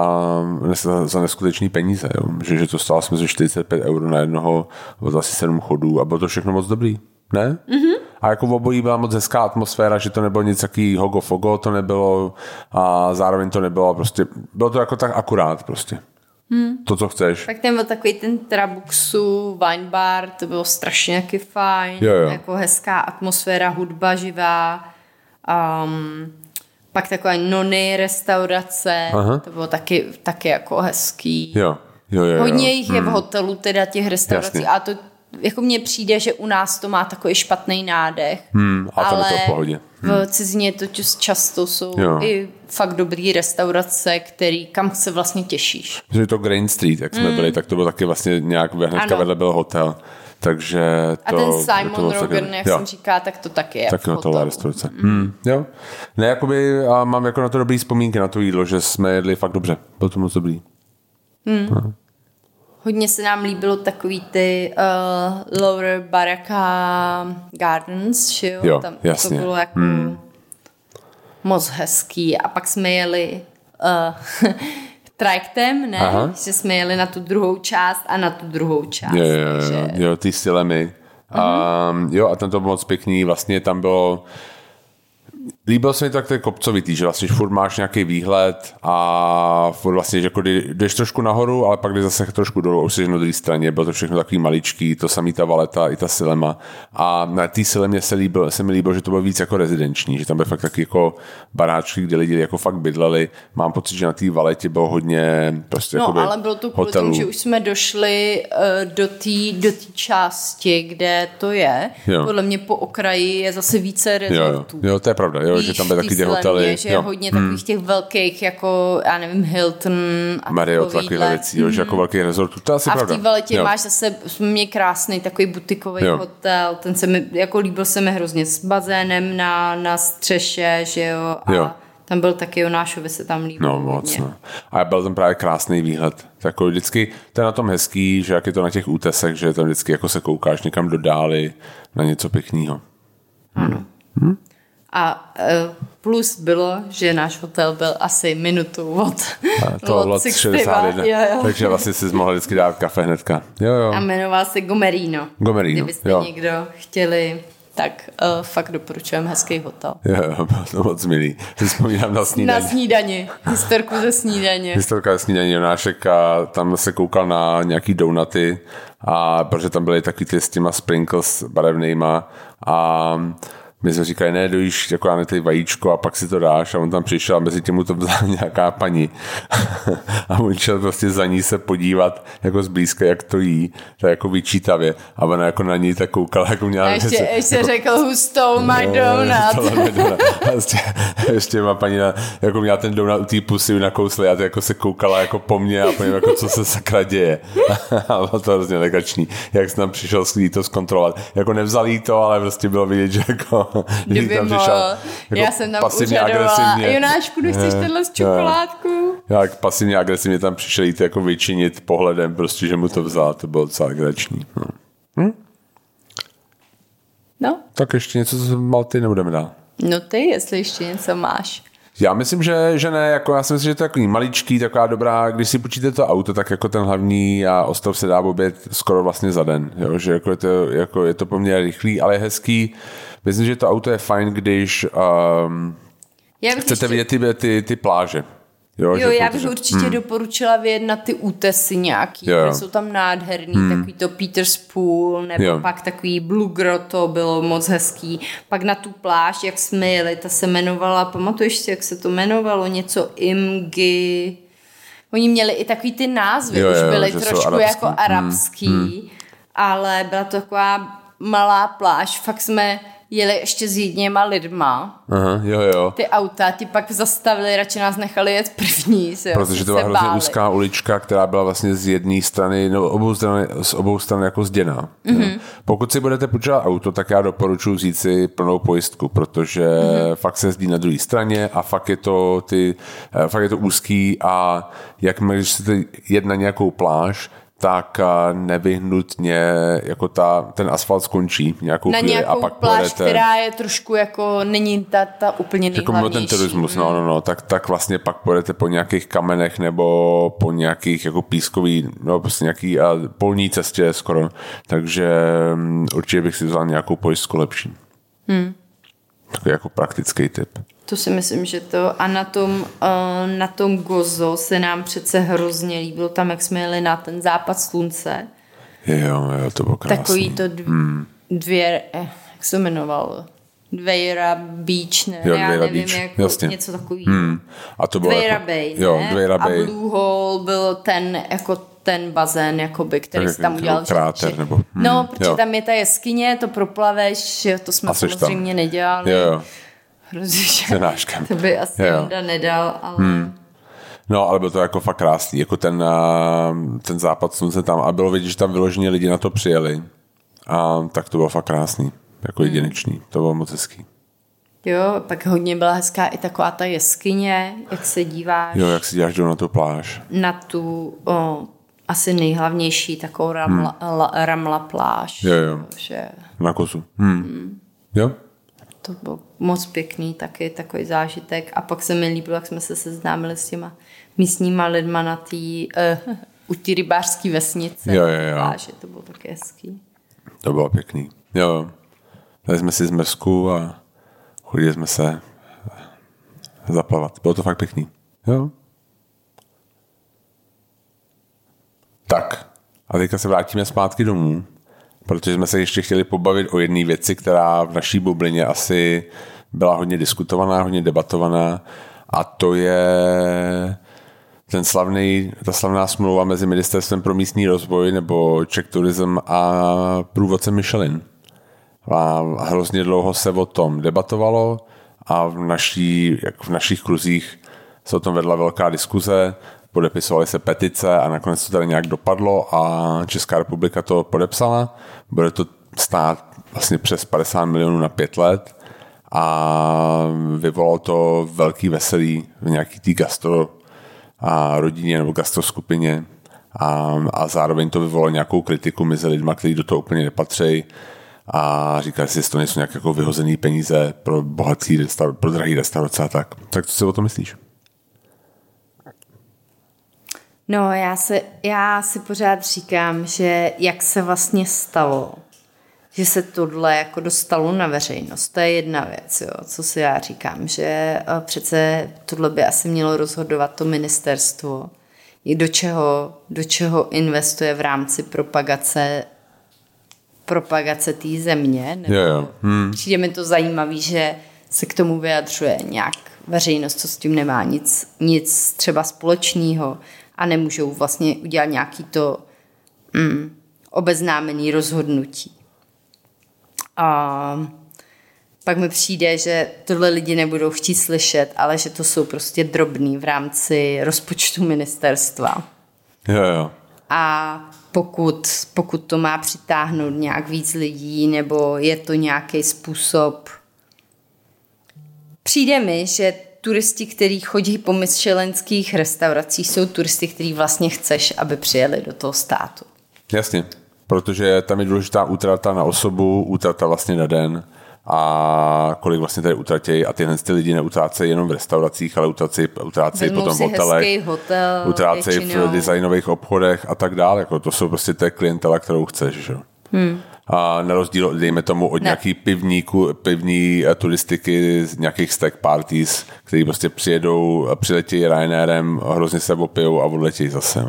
za neskutečný peníze, jo. Že to stálo jsme 45 € na jednoho, bylo to asi 7 chodů a bylo to všechno moc dobrý. Ne? A jako v obojí byla moc hezká atmosféra, že to nebylo nic taký hogo-fogo, to nebylo a zároveň to nebylo prostě, bylo to jako tak akurát prostě. To, co chceš. Tak ten byl takový ten Trabuxu, wine bar, to bylo strašně jaký fajn, jako hezká atmosféra, hudba živá. Pak takové nony restaurace, to bylo taky jako hezký. Jo. Hodně jich je v hotelu, teda těch restaurací. Jasně. A to jako mně přijde, že u nás to má takový špatný nádech. Ale to v pohodě. V cizině to často jsou i fakt dobrý restaurace, kam se vlastně těšíš. Že to Green Street, jak jsme byli, tak to bylo taky vlastně nějak hnedka vedle byl hotel. Takže to, a ten Simon Rogan, jak jsem říká, tak to taky je taky hotelová restaurace. Jo. Ne, jakoby, a mám jako na to dobrý vzpomínky na to jídlo, že jsme jedli fakt dobře. Bylo to moc dobrý. Hodně se nám líbilo takový ty Lower Baraka Gardens, že jo? Tam jasně. To bylo jako moc hezký. A pak jsme jeli trajektem, ne? Aha. Že jsme jeli na tu druhou část a na tu druhou část. Jo, ty Silemy. A tam to bylo moc pěkný. Vlastně tam bylo... Líbil se mi to, jak to je kopcovitý, že vlastně furt máš nějaký výhled a furt vlastně, že jako jdeš trošku nahoru, ale pak jdeš zase trošku dolů, už jsi na druhé straně, bylo to všechno takový maličký, to samý ta Valeta i ta Silema. A na té Silemě se mi líbilo, že to bylo víc jako rezidenční, že tam byly fakt taky jako baráčky, kde lidi jako fakt bydleli. Mám pocit, že na té Valetě bylo hodně prostě no, ale bylo to kvůli tomu, že už jsme došli do té části, kde to je. Jo. Podle mě po okraji je zase více rezortů. Jo, to je pravda. Jo, že tam byly taky ty hotely. Že je hodně takových těch velkých, jako, já nevím, Hilton a Marriott, takovýhle věcí, že jako velký rezortů. To asi a pravda. A v té Valetě máš zase mě krásný takový butikový hotel, ten se mi, jako líbil se mi hrozně s bazénem na střeše, že jo, a tam byl taky Jonášovi se tam líbil. No moc, no. A byl tam právě krásný výhled. Jako vždycky, to je na tom hezký, že jak je to na těch útesech, že tam vždycky jako se koukáš někam do dály na něco pěkného. Ano. A plus bylo, že náš hotel byl asi minutu od Lot 61. Takže vlastně si mohl vždycky dát kafe hnedka. Jo. A jmenoval se Gomerino. Kdybyste někdo chtěli, tak fakt doporučujeme hezký hotel. Jo, bylo to moc milý. Vzpomínám na snídaně. Na snídani. Historku ze snídaně. Historka ze snídaně Jonášek a tam se koukal na nějaký donuty a protože tam byly taky ty s těma sprinkles barevnýma a my jsme říkali, ne, dojíš jako já ty vajíčko a pak si to dáš a on tam přišel a mezi tím mu to vzala nějaká paní a on šel prostě za ní se podívat jako zblízka, jak to jí, tak jako vyčítavě a ona jako na ní tak koukala, jako měla... A ještě jako, řekl, who stole my donut. ještě má paní, jako měla ten donut u té pusy nakousli a to jako se koukala jako po mně a po něm, jako co se sakra děje. A bylo to hrozně legrační, jak jsem tam přišel to zkontrolovat. Jako nevzal jí to, ale prostě bylo vidět, že jako kdyby mohl. Já jsem tam užadovala. Jonášku, nechceš tenhle z čokoládku? Jak pasivně agresivně tam přišel jít jako vyčinit pohledem, prostě, že mu to vzal. To bylo docela legrační. No. Tak ještě něco z Malty nebudeme dál. No ty, jestli ještě něco máš. Já myslím, že ne, jako já si myslím, že to je takový maličký, taková dobrá, když si počíte to auto, tak jako ten hlavní a ostrov se dá objet skoro vlastně za den, jo? Že jako je to poměrně rychlý, ale je hezký. Myslím, že to auto je fajn, když chcete vidět ty pláže. Jo, já bych určitě doporučila vyjet na ty útesy nějaký, které jsou tam nádherný, takový to Peter's Pool, nebo pak takový Blue Grotto, bylo moc hezký. Pak na tu pláž, jak jsme jeli, ta se jmenovala, pamatuješ si, jak se to jmenovalo, něco Imgi. Oni měli i takový ty názvy, už byly trošku jako arabský, ale byla to taková malá pláž, fakt jsme jeli ještě s jedněma lidma. Aha, jo. Ty auta, ti pak zastavili, radši nás nechali jet první. Protože to byla hrozně úzká ulička, která byla vlastně z jedné strany, z obou stran jako zděná. Pokud si budete půjčovat auto, tak já doporučuji vzít si plnou pojistku, protože fakt se jezdí na druhé straně a fakt je to úzký a jakmile když chcete jet na nějakou pláž, tak nevyhnutně jako ten asfalt skončí nějakou chvíli. Na nějakou a pak pláž, pojedete, která je trošku jako, není ta úplně nejhlavnější. Jako ten turismus, no, tak vlastně pak pojedete po nějakých kamenech nebo po nějakých jako pískový, no prostě nějaký polní cestě skoro. Takže určitě bych si vzal nějakou pojistku lepší. Takový jako praktický tip. To si myslím, že to. A na tom Gozo se nám přece hrozně líbilo tam, jak jsme jeli na ten západ slunce. Jo, to bylo krásný. Takový to dvě, jak se jmenovalo? Dveira Beach, ne? Jo, já nevím, Beach. jako Jasně. něco takový. A to bylo Dveira jako, Bay, ne? Jo, Dveira Bay. A Blue Hole byl ten bazén, jakoby, který si tam udělal. Kráter, nebo... No, protože tam je ta jeskyně, to proplaveš, že to jsme samozřejmě nedělali. Jo. Hrozně, to by asi Honda nedal, ale... No, ale bylo to jako fakt krásný, jako ten západ slunce tam a bylo vidět, že tam vyloženě lidi na to přijeli a tak to bylo fakt krásný, jako jedinečný, to bylo moc hezký. Jo, pak hodně byla hezká i taková ta jeskyně, jak se díváš. Jo, jak se díváš na tu pláž. Na tu asi nejhlavnější takovou Ramla pláž. Jo. Na kosu. Jo. To byl moc pěkný taky takový zážitek. A pak se mi líbilo, jak jsme se seznámili s těma místníma lidma na u té rybářské vesnice. Jo. Pláže, to bylo taky hezký. To bylo pěkný. Jo. Dali jsme si zmrzku a chodili jsme se zaplavat. Bylo to fakt pěkný. Jo. Tak. A teďka se vrátíme zpátky domů, protože jsme se ještě chtěli pobavit o jedné věci, která v naší bublině asi byla hodně diskutovaná, hodně debatovaná, a to je ta slavná smlouva mezi Ministerstvem pro místní rozvoj nebo Czech Tourism a průvodcem Michelin. A hrozně dlouho se o tom debatovalo a v našich kruzích se o tom vedla velká diskuze, podepisovaly se petice a nakonec to tady nějak dopadlo a Česká republika to podepsala. Bude to stát vlastně přes 50 milionů na 5 let a vyvolalo to velký veselí v nějaký tý gastro a rodině nebo gastroskupině a zároveň to vyvolalo nějakou kritiku mezi lidma, kteří do toho úplně nepatří a říkali si, že to nejsou nějak jako vyhozený peníze pro pro drahý restaurace a tak. Tak co si o tom myslíš? No, já si pořád říkám, že jak se vlastně stalo, že se tohle jako dostalo na veřejnost. To je jedna věc, jo, co si já říkám, že přece tohle by asi mělo rozhodovat to ministerstvo, do čeho investuje v rámci propagace té země. Jo. Přijde mi to zajímavý, že se k tomu vyjadřuje nějak veřejnost, co s tím nemá nic třeba společného a nemůžou vlastně udělat nějaký to obeznámený rozhodnutí. A pak mi přijde, že tohle lidi nebudou chtít slyšet, ale že to jsou prostě drobný v rámci rozpočtu ministerstva. Jo. A pokud to má přitáhnout nějak víc lidí, nebo je to nějaký způsob. Přijde mi, že turisti, kteří chodí po michelinských restauracích, jsou turisti, který vlastně chceš, aby přijeli do toho státu. Jasně, protože tam je důležitá útrata na osobu, útrata vlastně na den a kolik vlastně tady utratějí a tyhle lidi neutrácejí jenom v restauracích, ale utrácejí potom v hotelech, utrácejí v designových obchodech a tak dále. Jako to jsou prostě té klientela, kterou chceš. Že? A na rozdíl, dejme tomu, od nějaký pivní turistiky z nějakých stack parties, který prostě přiletějí Ryanairem, hrozně se opijou a odletějí zase.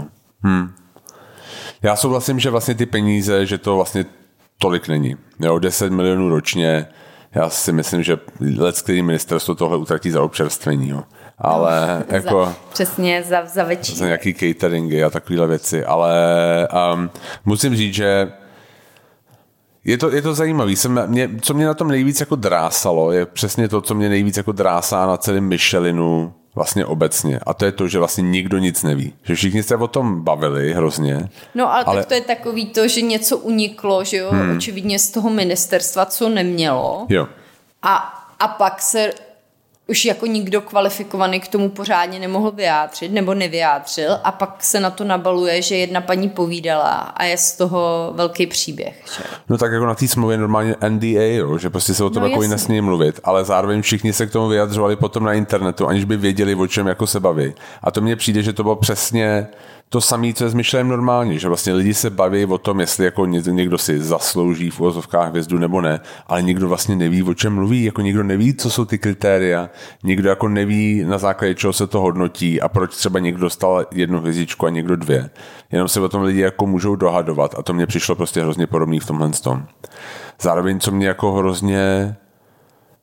Já souhlasím, že vlastně ty peníze, že to vlastně tolik není. Jo, 10 milionů ročně, já si myslím, že lecký ministerstvo tohle utratí za občerstvení. Jo. Ale jako... Přesně, za větší. Za nějaký cateringy a takovéhle věci. Ale musím říct, že je to zajímavé. Co mě na tom nejvíc jako drásalo, je přesně to, co mě nejvíc jako drásá na celém Michelinu vlastně obecně. A to je to, že vlastně nikdo nic neví. Že všichni se o tom bavili hrozně. No ale tak to je takový to, že něco uniklo, že jo, očividně z toho ministerstva, co nemělo. Jo. A pak se už jako nikdo kvalifikovaný k tomu pořádně nemohl vyjádřit nebo nevyjádřil a pak se na to nabaluje, že jedna paní povídala a je z toho velký příběh. Že? No tak jako na té smlouvě normálně NDA, jo, že prostě se o tom jako nesmí mluvit, ale zároveň všichni se k tomu vyjadřovali potom na internetu, aniž by věděli, o čem jako se baví. A to mně přijde, že to bylo přesně to samé, co je s Michelinem normálně, že vlastně lidi se baví o tom, jestli jako někdo si zaslouží v uvozovkách hvězdu nebo ne, ale nikdo vlastně neví, o čem mluví, jako nikdo neví, co jsou ty kritéria, nikdo jako neví, na základě čeho se to hodnotí a proč třeba někdo dostal 1 hvězdičku a někdo 2. Jenom se o tom lidi jako můžou dohadovat a to mně přišlo prostě hrozně podobný v tomhle tom. Zároveň, co mě jako hrozně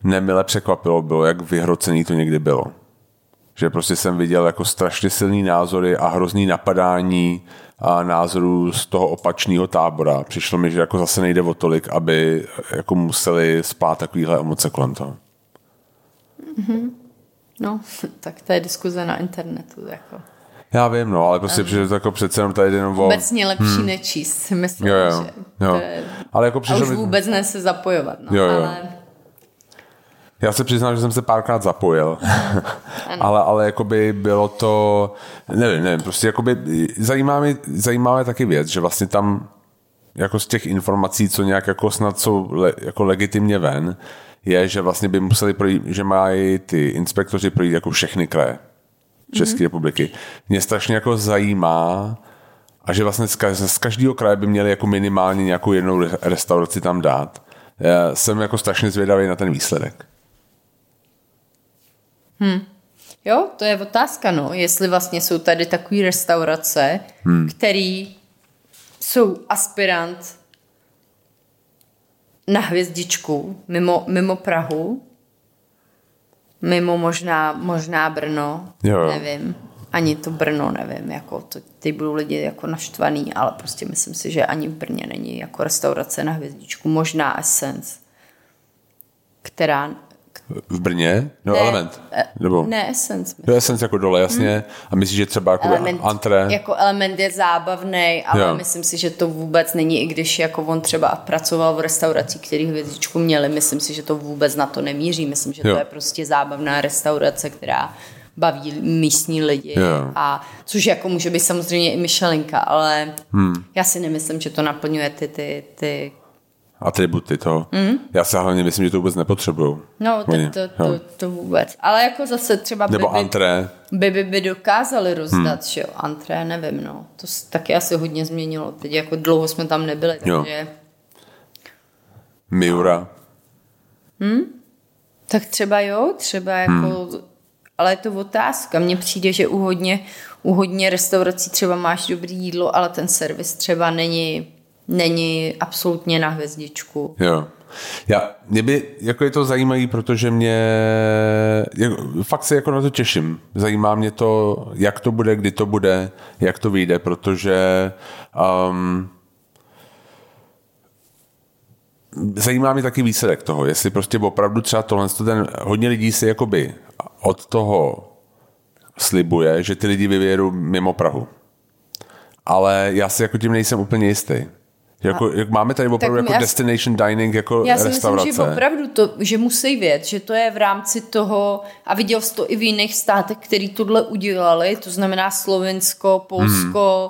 nemile překvapilo, bylo, jak vyhrocený to někdy bylo. Že prostě jsem viděl jako strašně silný názory a hrozný napadání a názorů z toho opačného tábora. Přišlo mi, že jako zase nejde o tolik, aby jako museli spát takovýhle emoce kolem toho. Mm-hmm. No, tak to je diskuze na internetu. Jako. Já vím, no, ale prostě že to jako přece jenom tady jenom o... Obecně lepší nečíst, myslím, jo. že to je... Ale jako a už vůbec ne se zapojovat, no, ale... Já se přiznám, že jsem se párkrát zapojil, ale jakoby bylo to, nevím, prostě jakoby zajímá mě taky věc, že vlastně tam jako z těch informací, co nějak jako snad jsou jako legitimně ven, je, že vlastně by museli projít, že mají ty inspektoři projít jako všechny kraje České republiky. Mě strašně jako zajímá, a že vlastně z každého kraje by měli jako minimálně nějakou jednou restauraci tam dát. Já jsem jako strašně zvědavý na ten výsledek. Jo, to je otázka, no. Jestli vlastně jsou tady takové restaurace, které jsou aspirant na hvězdičku mimo Prahu, mimo možná Brno, nevím. Ani to Brno, nevím, jako teď budou lidi jako naštvaný, ale prostě myslím si, že ani v Brně není jako restaurace na hvězdičku, možná Essence, která... V Brně? No ne, Element. Nebo... Ne, Essence. Jo, Essence jako dole, jasně. A myslíš, že třeba jako Antré? Jako Element je zábavnej, ale myslím si, že to vůbec není, i když jako on třeba pracoval v restauraci, který hvězdičku měli, myslím si, že to vůbec na to nemíří. Myslím, že to je prostě zábavná restaurace, která baví místní lidi. A což jako může být samozřejmě i Michelinka, ale já si nemyslím, že to naplňuje ty atributy toho. Já si hlavně myslím, že to vůbec nepotřebují. No, to vůbec. Ale jako zase třeba nebo antré. By dokázali rozdat, že jo. Antré, nevím, no. To taky asi hodně změnilo. Teď jako dlouho jsme tam nebyli, takže... Miura. Tak třeba jako... Ale je to otázka. Mně přijde, že u hodně restaurací třeba máš dobrý jídlo, ale ten servis třeba není absolutně na hvězdičku. Jo. Mě by, jako je to zajímavé, protože fakt se jako na to těším. Zajímá mě to, jak to bude, kdy to bude, jak to vyjde, protože zajímá mě taky výsledek toho, jestli prostě opravdu třeba tohle, hodně lidí si jakoby od toho slibuje, že ty lidi vyvědou mimo Prahu. Ale já si jako tím nejsem úplně jistý. Jak máme tady opravdu jako destination dining jako restaurace. Já si myslím, že opravdu že musí vědět, že to je v rámci toho, a viděl jsi to i v jiných státech, který tohle udělali, to znamená Slovensko, Polsko,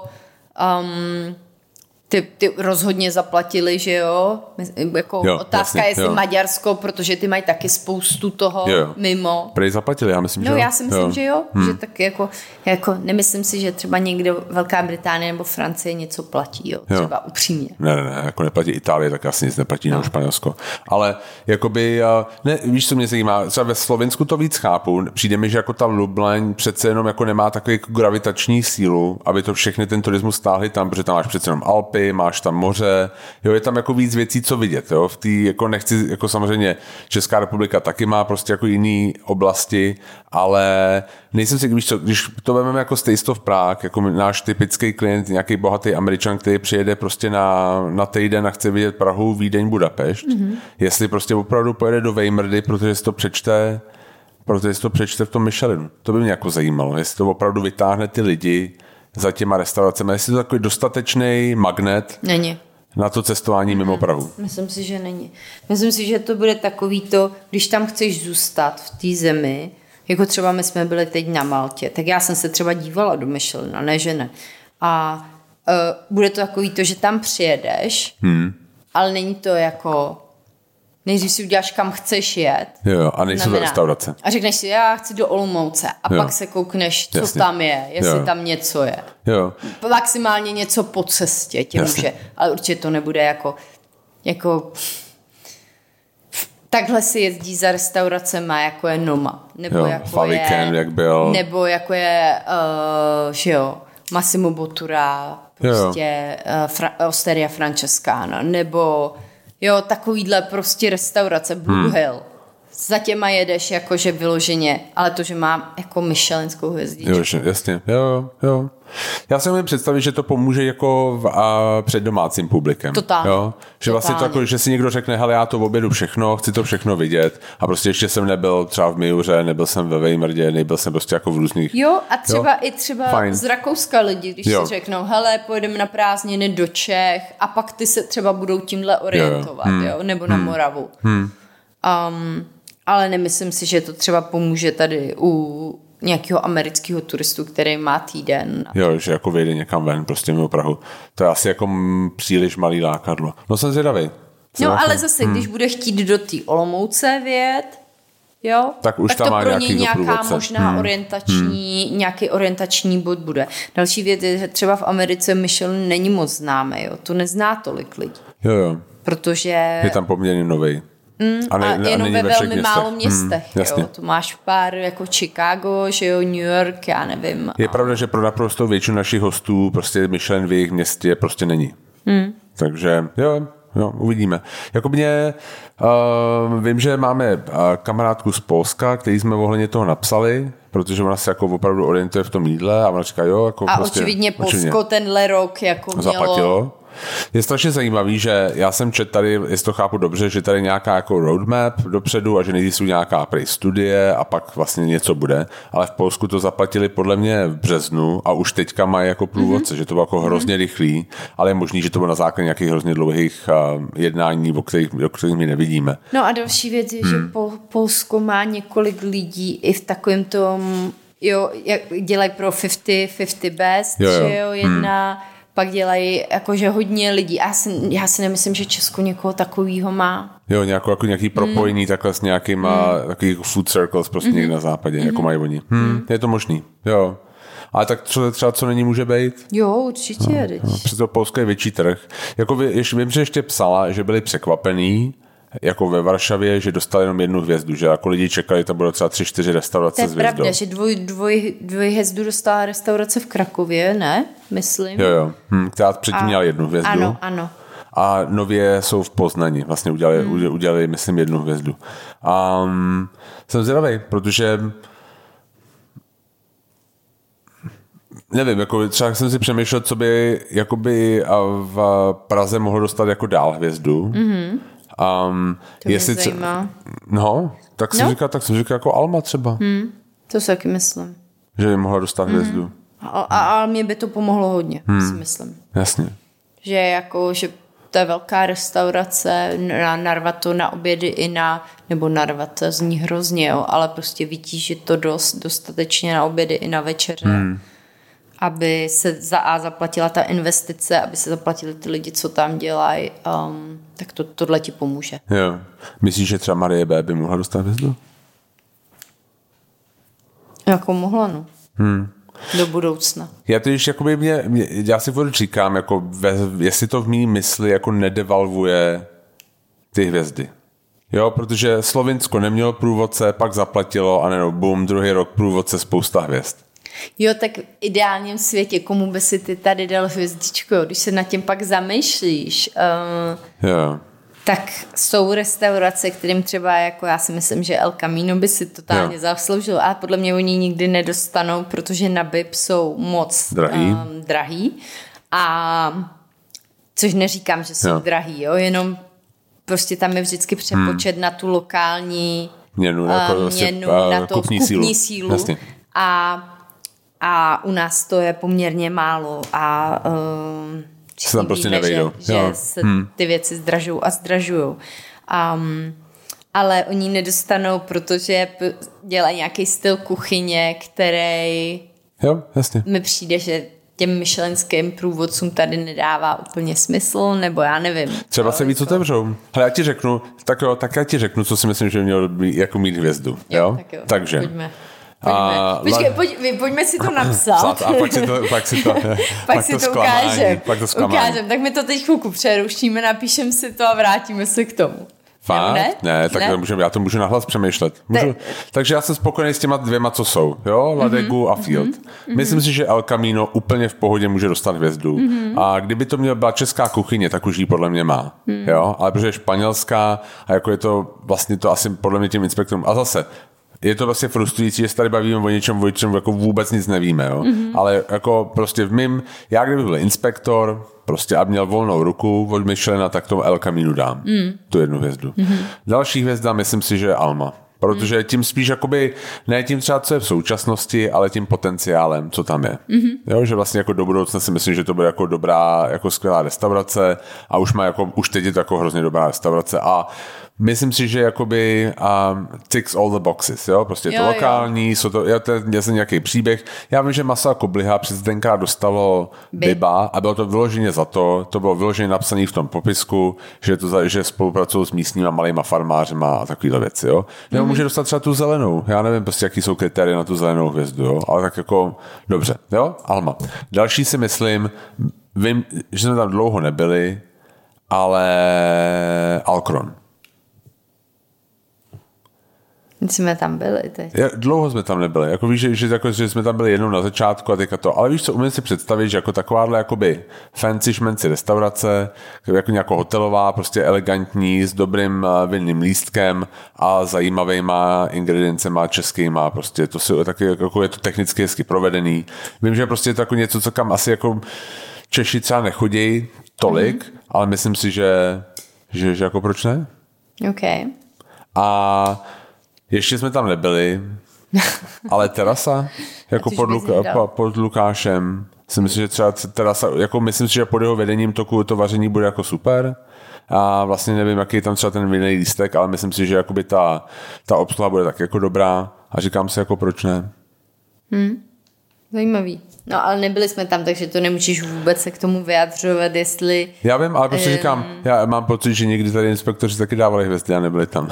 ty rozhodně zaplatili, že jo? Jako otázka je, jestli Maďarsko, protože ty mají taky spoustu toho mimo. Prej zaplatili, já myslím, že jo. Já si myslím, že jo. Že tak jako nemyslím si, že třeba někde Velká Británie nebo Francie něco platí, jo. Třeba upřímně. Ne, jako neplatí Itálie, tak asi nic neplatí na Španělsko. Ale jakoby, ne, víš, co mě zajímá, třeba ve Slovensku to víc chápu. Přijde mi, že jako ta Lublaň přece jenom jako nemá takový jako gravitační sílu, aby to všechny ten turismus stáhli tam, protože tam máš přece jenom Alpy, máš tam moře, jo, je tam jako víc věcí, co vidět, jo, v té, jako nechci, jako samozřejmě Česká republika taky má prostě jako jiný oblasti, ale nejsem si, když to vezmeme jako Taste of Prague, jako náš typický klient, nějaký bohatý Američan, který přijede prostě na týden a chce vidět Prahu, Vídeň, Budapešť, jestli prostě opravdu pojede do Vejmrdy, protože si to přečte v tom Michelinu. To by mě jako zajímalo, jestli to opravdu vytáhne ty lidi za těma restauracemi. Jestli to takový dostatečný magnet na to cestování mimo Prahu. Myslím si, že není. Myslím si, že to bude takový to, když tam chceš zůstat v té zemi, jako třeba my jsme byli teď na Maltě, tak já jsem se třeba dívala do Michelina, ne že ne. A bude to takový to, že tam přijedeš, ale není to jako... Nejdřív si uděláš, kam chceš jet. Jo, a nejsou to restaurace. A řekneš si, já chci do Olomouce. A pak se koukneš, co tam je, jestli tam něco je. Jo. Maximálně něco po cestě tě může. Ale určitě to nebude jako takhle si jezdí za restauracema, jako je Noma. Nebo jako Faliken, jak byl. Nebo jako je, že jo, Massimo Bottura, prostě Osteria Francescana, nebo... Jo, takovýhle prostě restaurace, Blue Hill. za těma jedeš jakože vyloženě, ale to, že má jako Michelenskou hvězdičku. Jo, jasně, jo. Já si můžu představit, že to pomůže jako před domácím publikem. Totálně. Jo? Že vlastně to jako, že si někdo řekne, hele, já to objedu všechno, chci to všechno vidět a prostě ještě jsem nebyl třeba v Mijuře, nebyl jsem ve Vejmrdě, nebyl jsem prostě jako v různých... Jo, a třeba z Rakouska lidi, když si řeknou, hele, pojedeme na prázdniny do Čech a pak ty se třeba budou tímhle orientovat, jo? Nebo na Moravu. Ale nemyslím si, že to třeba pomůže tady u nějakého amerického turistu, který má týden. Jo, že jako vyjde někam ven, prostě mimo Prahu. To je asi jako příliš malý lákadlo. No jsem zvědavý. Ale zase, když bude chtít do té Olomouce vyjet, jo, tak už tak tam to má pro něj nějaká průvodce. možná nějaký orientační bod bude. Další věc je, že třeba v Americe Michelin není moc známý, jo. To nezná tolik lidí. Jo. Protože... Je tam poměrně novej. A jenom ve velmi málo městech. Jo. Tu máš pár jako Chicago, že jo, New York, já nevím. Je pravda, že pro naprosto většinu našich hostů prostě Michelin v jejich městě prostě není. Takže jo, uvidíme. Jako vím, že máme kamarádku z Polska, který jsme ohledně toho napsali, protože ona se jako opravdu orientuje v tom jídle a ona říká jo. Jako a prostě, očividně Polsko tenhle rok jako mělo... Zaplatilo. Je strašně zajímavý, že já jsem četl tady, jestli to chápu dobře, že tady nějaká jako roadmap dopředu a že nejdřív jsou nějaká studie a pak vlastně něco bude, ale v Polsku to zaplatili podle mě v březnu a už teďka mají jako průvodce, že to bylo jako hrozně rychlý, ale je možný, že to bylo na základě nějakých hrozně dlouhých jednání, o kterých my nevidíme. No a další věc je, že Polsko má několik lidí i v takovém tom, jo, jak dělají pro 50 best, že jo, jedna... Pak dělají jakože hodně lidí. Já si nemyslím, že Česko někoho takového má. Jo, nějaký propojení takhle s nějakýma takový food circles prostě někde na západě, jako mají oni. Je to možný, jo. Ale tak co není může být? Jo, určitě. Přesto Polsko je větší trh. Jako vím, že ještě psala, že byli překvapení, jako ve Varšavě, že dostali jenom 1 hvězdu, že jako lidi čekali, to bylo třeba 3-4 restaurace s hvězdou. To je pravda, že dvojhvězdu dostala restaurace v Krakově, ne? Myslím. Jo. Která předtím měla 1 hvězdu. Ano. A nově jsou v Poznani. Vlastně udělali myslím 1 hvězdu. Jsem zvědavý, protože nevím, jako třeba jsem si přemýšlel, co by jakoby v Praze mohlo dostat jako dál hvězdu. To mě zajímá. Tak jsem říkal jako Alma třeba. To si taky myslím. Že by mohla dostat hvězdu. A mě by to pomohlo hodně, si myslím. Jasně. Že to je velká restaurace, narvat to na obědy nebo narvat zní hrozně, jo, ale prostě vytížit to dostatečně na obědy i na večeře. Aby se zaplatila ta investice, aby se zaplatili ty lidi, co tam dělají, tak tohle ti pomůže. Jo. Myslíš, že třeba Marie B. by mohla dostat hvězdu? Jako mohla, no. Do budoucna. Já to již já si furt říkám, jako jestli to v mý mysli jako nedevalvuje ty hvězdy. Jo, protože Slovinsko nemělo průvodce, pak zaplatilo a bum, druhý rok průvodce, spousta hvězd. Jo, tak v ideálním světě, komu by si ty tady dal hvězdičku, když se nad tím pak zamýšlíš, tak jsou restaurace, kterým třeba, jako já si myslím, že El Camino by si totálně zasloužil, ale podle mě oni nikdy nedostanou, protože na BIP jsou moc drahý. A což neříkám, že jsou drahý, jo, jenom prostě tam je vždycky přepočet na tu lokální měnu, na to kupní sílu. Jasně. A u nás to je poměrně málo a se tam prostě nevejdou. Že se ty věci zdražujou. Ale oni nedostanou, protože dělají nějaký styl kuchyně, který mi přijde, že těm michelinským průvodcům tady nedává úplně smysl, nebo já nevím. Třeba se víc otevřou. Hele, já ti řeknu, co si myslím, že mělo jako mít hvězdu. Jo? Takže. Pojďme. Pojďme si to napsat. A pak si to ukážeme. Tak my to teď chvilku přerušíme, napíšeme si to a vrátíme se k tomu. Fakt? Ne, tak ne? Já to můžu nahlas přemýšlet. Takže já jsem spokojený s těma dvěma, co jsou. Jo? Ladegu a Field. Myslím si, že El Camino úplně v pohodě může dostat hvězdu. A kdyby to byla česká kuchyně, tak už ji podle mě má. Jo? Ale protože je španělská a jako je to vlastně to asi podle mě tím inspektorům. A zase, je to vlastně frustrující, že se tady bavíme o něčem jako vůbec nic nevíme, jo? Ale jako prostě já kdyby byl inspektor, prostě a měl volnou ruku od Michelina, tak tomu El Camino dám. Tu jednu hvězdu. Další hvězda, myslím si, že je Alma. Protože tím spíš jakoby, ne tím třeba, co je v současnosti, ale tím potenciálem, co tam je. Jo, že vlastně jako do budoucna si myslím, že to bude jako dobrá, jako skvělá restaurace a už teď je to jako hrozně dobrá restaurace a myslím si, že jakoby ticks all the boxes, jo, prostě je to lokální, to je nějaký příběh. Já vím, že Maso a Kobliha přes tenkrát dostalo Biba a bylo to vyloženě za to bylo vyloženě napsané v tom popisku, že spolupracují s místníma malýma farmářima a takovýhle věci, jo. Nebo může dostat třeba tu zelenou, já nevím prostě, jaký jsou kritéria na tu zelenou hvězdu, jo, ale tak jako dobře, jo, Alma. Další si myslím, vím, že jsme tam dlouho nebyli, ale Alcron. Jsme tam byli teď. Dlouho jsme tam nebyli. Jako víš, že jsme tam byli jednou na začátku a teďka to. Ale víš co, umím si představit, že jako takováhle jakoby fancy šmenci restaurace, jako nějakou hotelová, prostě elegantní, s dobrým vinným lístkem a zajímavýma ingrediencema českýma. Prostě to si taky, jako je to technicky hezky provedený. Vím, že prostě je to jako něco, co kam asi jako Češi třeba nechodí tolik, ale myslím si, že jako proč ne? OK. A ještě jsme tam nebyli, ale terasa, jako pod Lukášem, si myslím, že třeba terasa, jako myslím si, že pod jeho vedením to vaření bude jako super a vlastně nevím, jaký je tam třeba ten vinný lístek, ale myslím si, že jakoby ta obsluha bude tak jako dobrá a říkám si jako proč ne. Zajímavý. No ale nebyli jsme tam, takže to nemůžeš vůbec se k tomu vyjadřovat, jestli... Já vím, ale prostě říkám, já mám pocit, že někdy tady inspektoři taky dávali hvězdy a nebyli tam.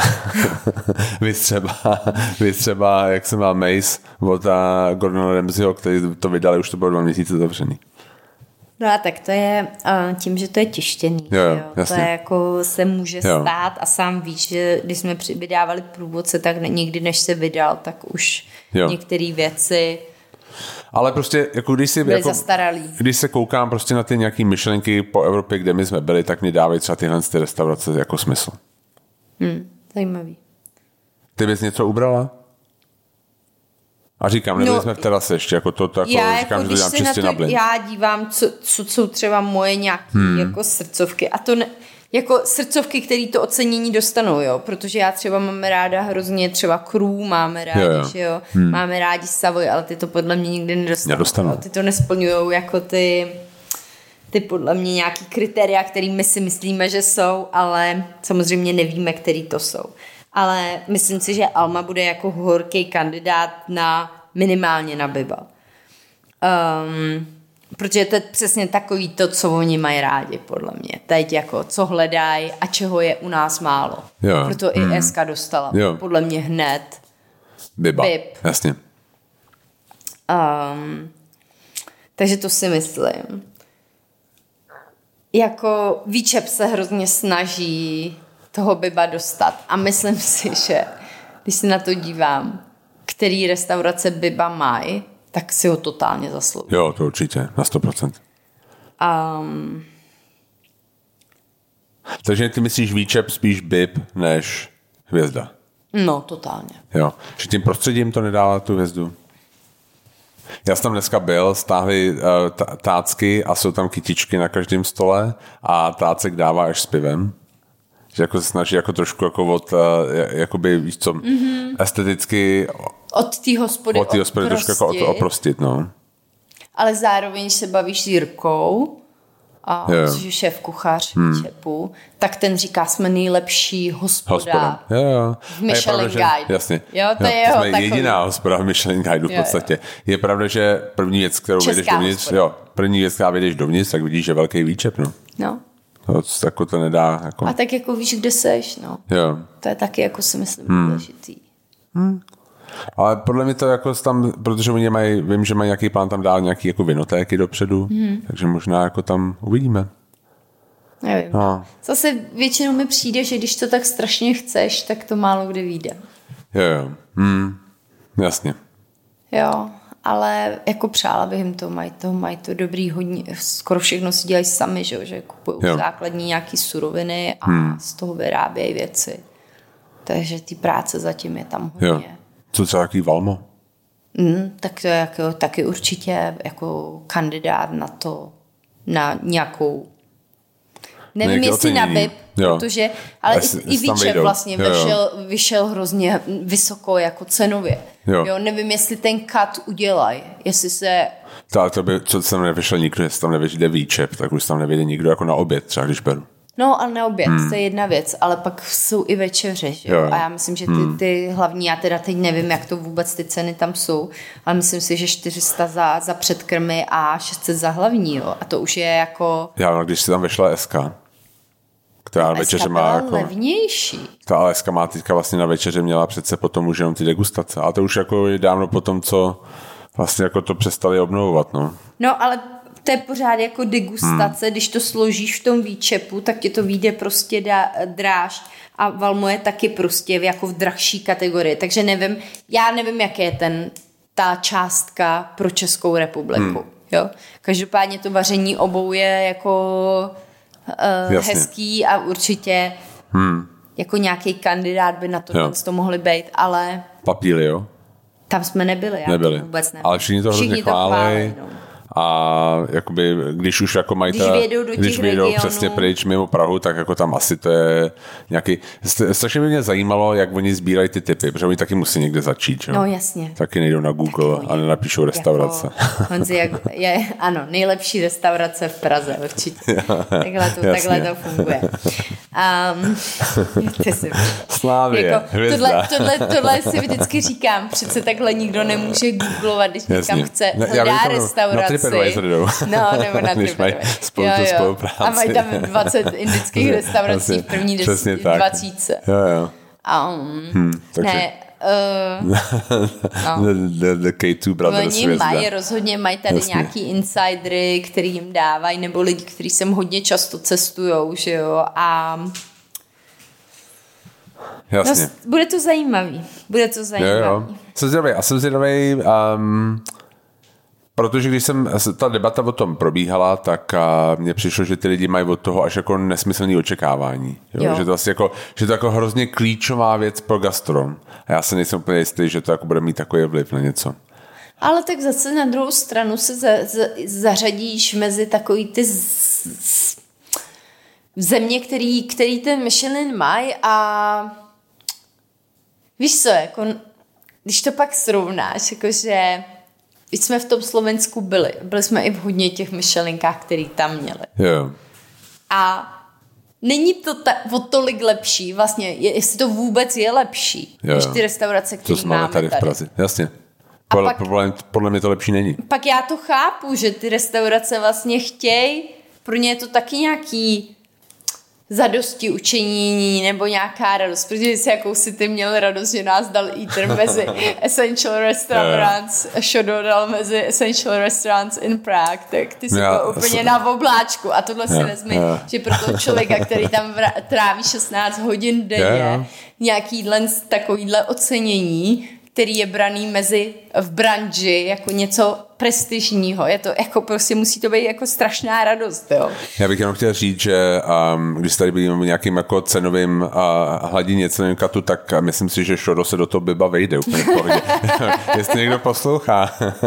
Vy třeba, jak jsem mal Mace od Gordona Ramsayho, který to vydali, už to bylo 2 měsíce zavřený. No a tak to je tím, že to je tištěný. Jo. To je jako se může stát a sám víš, že když jsme vydávali průvodce, tak někdy než se vydal, tak už některé věci... Ale prostě, jako když se koukám prostě na ty nějaký myšlenky po Evropě, kde my jsme byli, tak mi dávají třeba tyhle restaurace jako smysl. Zajímavý. Ty bys něco ubrala? A říkám, nebyli jsme v terase ještě, jako to jako já říkám, jako, že to dělám čistě na blin. Já dívám, co jsou třeba moje nějaké jako srdcovky a to jako srdcovky, které to ocenění dostanou, jo, protože já třeba máme ráda hrozně třeba Crew, máme rádi, že jo, máme rádi Savoy, ale ty to podle mě nikdy nedostanou. Ty to nesplňujou jako ty podle mě nějaký kritéria, který my si myslíme, že jsou, ale samozřejmě nevíme, který to jsou. Ale myslím si, že Alma bude jako horký kandidát minimálně na Biba. Protože to je přesně takový to, co oni mají rádi, podle mě. Teď jako, co hledají a čeho je u nás málo. Jo. Proto i SK dostala. Jo. Podle mě hned. Bib. Jasně. Takže to si myslím. Jako Výčep se hrozně snaží toho Biba dostat. A myslím si, že když se na to dívám, který restaurace Biba mají, tak si ho totálně zaslouží. Jo, to určitě, na 100%. Takže ty myslíš Výčep spíš Bib než hvězda? No, totálně. Jo, že tím prostředím to nedává tu hvězdu? Já jsem tam dneska byl, stáhli tácky a jsou tam kytičky na každém stole a tácek dává až s pivem. Že jako se snaží jako trošku jako jakoby, víš co, esteticky od té hospody trošku jako oprostit, no. Ale zároveň se bavíš s Jirkou, což je šéf kuchař Čepu, tak ten říká, jsme nejlepší hospoda. Jo. V Michelin Guide. Jasně. Jo, to je jeho jsme jediná hospoda v Michelin Guide v podstatě. Je pravda, že první věc, kterou vyjdeš dovnitř, dovnitř, tak vidíš, že velký Výčep, no. No. To jako to nedá. Jako... A tak jako víš, kde seš, no. Jo. To je taky jako si myslím důležitý. Ale podle mě to jako tam, protože oni vím, že mají nějaký plán tam dál nějaký jako vinotéky dopředu, takže možná jako tam uvidíme. Nevím. No. Zase většinou mi přijde, že když to tak strašně chceš, tak to málo kde vyjde. Jo. Jasně. Jo, ale jako přála bych jim to, mají to dobrý hodně, skoro všechno si dělají sami, že kupují základní nějaký suroviny a z toho vyrábějí věci. Takže ty práce zatím je tam hodně. Jo. Co třeba jaký Valmo? Tak to je jako, taky určitě jako kandidát na to, na nějakou, nevím jestli na BIP, protože, ale i Výčep vlastně vyšel hrozně vysoko jako cenově. Jo, nevím, jestli ten cut udělají, jestli se... To by, co tam nevyšel nikdo, jestli tam nevyjde Výčep, tak už tam nevyjde nikdo jako na oběd, třeba když beru. No, ale na oběd, to je jedna věc, ale pak jsou i večeře, že jo? A já myslím, že ty hlavní, já teda teď nevím, jak to vůbec ty ceny tam jsou, ale myslím si, že 400 za předkrmy a 600 za hlavní, jo? A to už je jako... Já, když si tam vešla SK, která na večeře má jako... levnější. Ta SK má teďka vlastně na večeře měla přece potom už jenom ty degustace, a to už jako je dávno potom, co vlastně jako to přestali obnovovat, no. No, ale... To je pořád jako degustace, když to složíš v tom Výčepu, tak ti to vyjde prostě dráž a Valmo je taky prostě jako v drahší kategorii, takže já nevím, jak je ta částka pro Českou republiku. Jo? Každopádně to vaření obou je jako hezký a určitě jako nějaký kandidát by na to mohli být, ale... Papíly, jo? Tam jsme nebyli, já to vůbec nevím. Ale všichni to hrozně chválí. No. A jakoby, když už jako mají když vědou přesně pryč mimo Prahu, tak jako tam asi to je nějaký... Strašně by mě zajímalo, jak oni sbírají ty tipy, protože oni taky musí někde začít, jo? No jasně. Taky nejdou na Google a nenapíšou restaurace. Jako, Honzi, ano, nejlepší restaurace v Praze, určitě. Takhle to funguje. Slávě, jako, tohle si vždycky říkám, přece takhle nikdo nemůže googlovat, když někam chce, hledá restauraci. No, nebo na TripAdvisor. Spolupráci. A mají tam 20 indických restaurací v první 20. Jo. Ne, the K2 Brothers. Oni mají tady nějaký insidery, který jim dávají, nebo lidi, kteří sem hodně často cestujou, že jo, a jasně. No, bude to zajímavý. Jo. Jsem zvědavý, protože když ta debata o tom probíhala, tak mně přišlo, že ty lidi mají od toho až jako nesmyslné očekávání. Jo? Že to vlastně jako, že to jako hrozně klíčová věc pro gastron. A já se nejsem úplně jistý, že to jako bude mít takový vliv na něco. Ale tak zase na druhou stranu se zařadíš mezi takový ty země, který ten Michelin mají a víš co, jako, když to pak srovnáš, jakože když jsme v tom Slovensku byli jsme i v hodně těch Michelinkách, který tam měli. Yeah. A není to o tolik lepší, vlastně, jestli to vůbec je lepší, než ty restaurace, které máme tady v Praze. Jasně. Podle mě to lepší není. Pak já to chápu, že ty restaurace vlastně chtějí, pro ně je to taky nějaký zadosti učinění nebo nějaká radost, protože si jakousi ty měl radost, že nás dal Eater mezi Essential Restaurants, Shodo dal mezi Essential Restaurants in Prague, tak ty si byl úplně na obláčku a tohle si vezmi, že pro toho člověka, který tam tráví 16 hodin denně, takovýhle ocenění, který je braný v branži jako něco prestižního. Je to jako prostě musí to být jako strašná radost, jo. Já bych jenom chtěl říct, že když tady byli nějakým jako cenovým hladině, cenovým katu, tak myslím si, že Shodo se do toho Biba vejde úplně v pohodě. Jestli někdo poslouchá,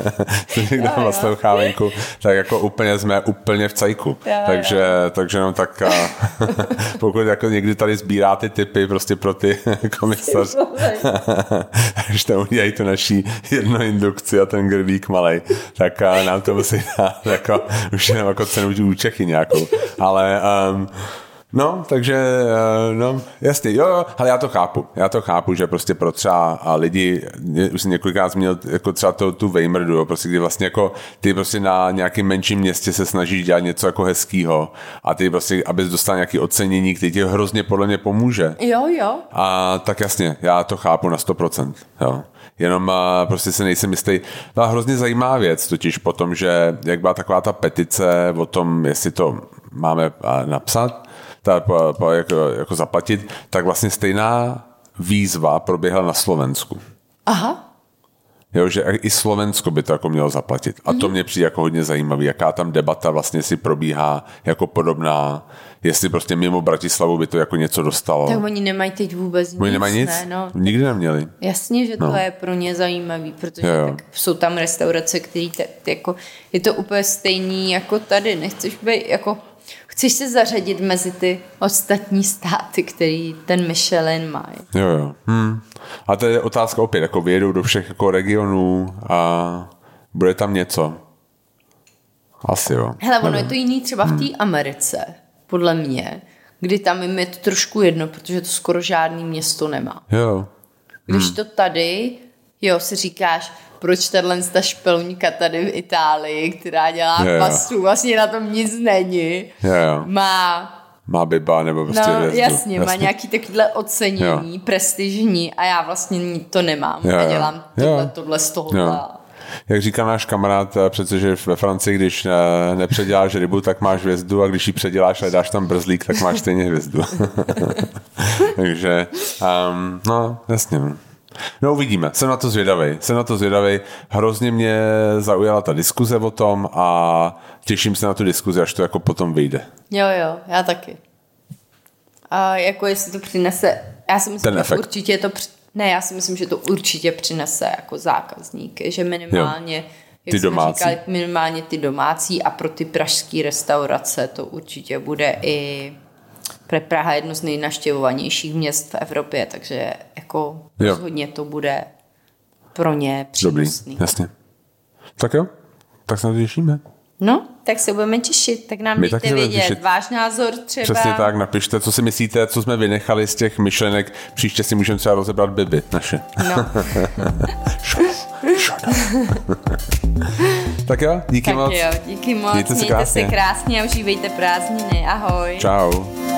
venku, tak jako úplně jsme úplně v cajku. Takže jenom tak pokud jako někdy tady sbíráte tipy prostě pro ty komisař, když tam udělají tu naší jednu indukci a ten grbík malej, tak nám to musí dát jako, už jenom jako cenu u Čechy nějakou. Ale no, takže no, jasně, jo, ale já to chápu, že prostě pro třeba lidi, už jsem několikrát zmínil jako třeba tu Vejmrdu, jo, prostě kdy vlastně jako ty prostě na nějakém menším městě se snažíš dělat něco jako hezkýho a ty prostě, abys dostal nějaké ocenění, který ti hrozně podle mě pomůže. Jo. A tak jasně, já to chápu na 100%, jo. Jenom prostě se nejsem jistý. Byla hrozně zajímavá věc, totiž potom, že jak byla taková ta petice o tom, jestli to máme napsat, jako zaplatit, tak vlastně stejná výzva proběhla na Slovensku. Aha. Jo, že i Slovensko by to jako mělo zaplatit. A to mě přijde jako hodně zajímavý, jaká tam debata vlastně si probíhá jako podobná, jestli prostě mimo Bratislavu by to jako něco dostalo. Tak oni nemají teď vůbec nic. Oni nemají nic? Ne, no. Nikdy neměli. Jasně, že to je pro ně zajímavý, protože tak jsou tam restaurace, které jako, je to úplně stejný jako tady. Nechceš být jako... Chceš se zařadit mezi ty ostatní státy, který ten Michelin má. Jo. A to je otázka opět, jako vyjedou do všech jako regionů a bude tam něco. Asi jo. Hele, ono je to jiný třeba v té Americe, podle mě, kdy tam jim je to trošku jedno, protože to skoro žádný město nemá. Jo. Když to tady, si říkáš, proč ta špeluňka tady v Itálii, která dělá pastu, vlastně na tom nic není, má biba nebo prostě hvězdu. Jasně, má nějaký takovýhle ocenění, prestižní a já vlastně to nemám a dělám tohle z tohohle. Jak říká náš kamarád, přece, že ve Francii, když nepředěláš rybu, tak máš hvězdu a když ji předěláš a dáš tam brzlík, tak máš stejně hvězdu. Takže, jasně. No uvidíme, jsem na to zvědavej. Hrozně mě zaujala ta diskuze o tom a těším se na tu diskuzi, až to jako potom vyjde. Jo, já taky. A jako jestli to přinese, já si myslím, že určitě já si myslím, že to určitě přinese jako zákazníky, že minimálně, ty domácí. Říkali, minimálně ty domácí a pro ty pražské restaurace to určitě bude i Praha jedno z nejnaštěvovanějších měst v Evropě, takže jako rozhodně to bude pro ně přínosný. Dobrý, jasně. Tak jo, tak se na to těšíme. No, tak se budeme těšit, tak nám dejte vědět váš názor třeba. Přesně tak, napište, co si myslíte, co jsme vynechali z těch myšlenek, příště si můžeme třeba rozebrat Bibi naše. No. Tak jo, díky moc. Díky moc, mějte se krásně a užívejte prázdniny, ahoj. Čau.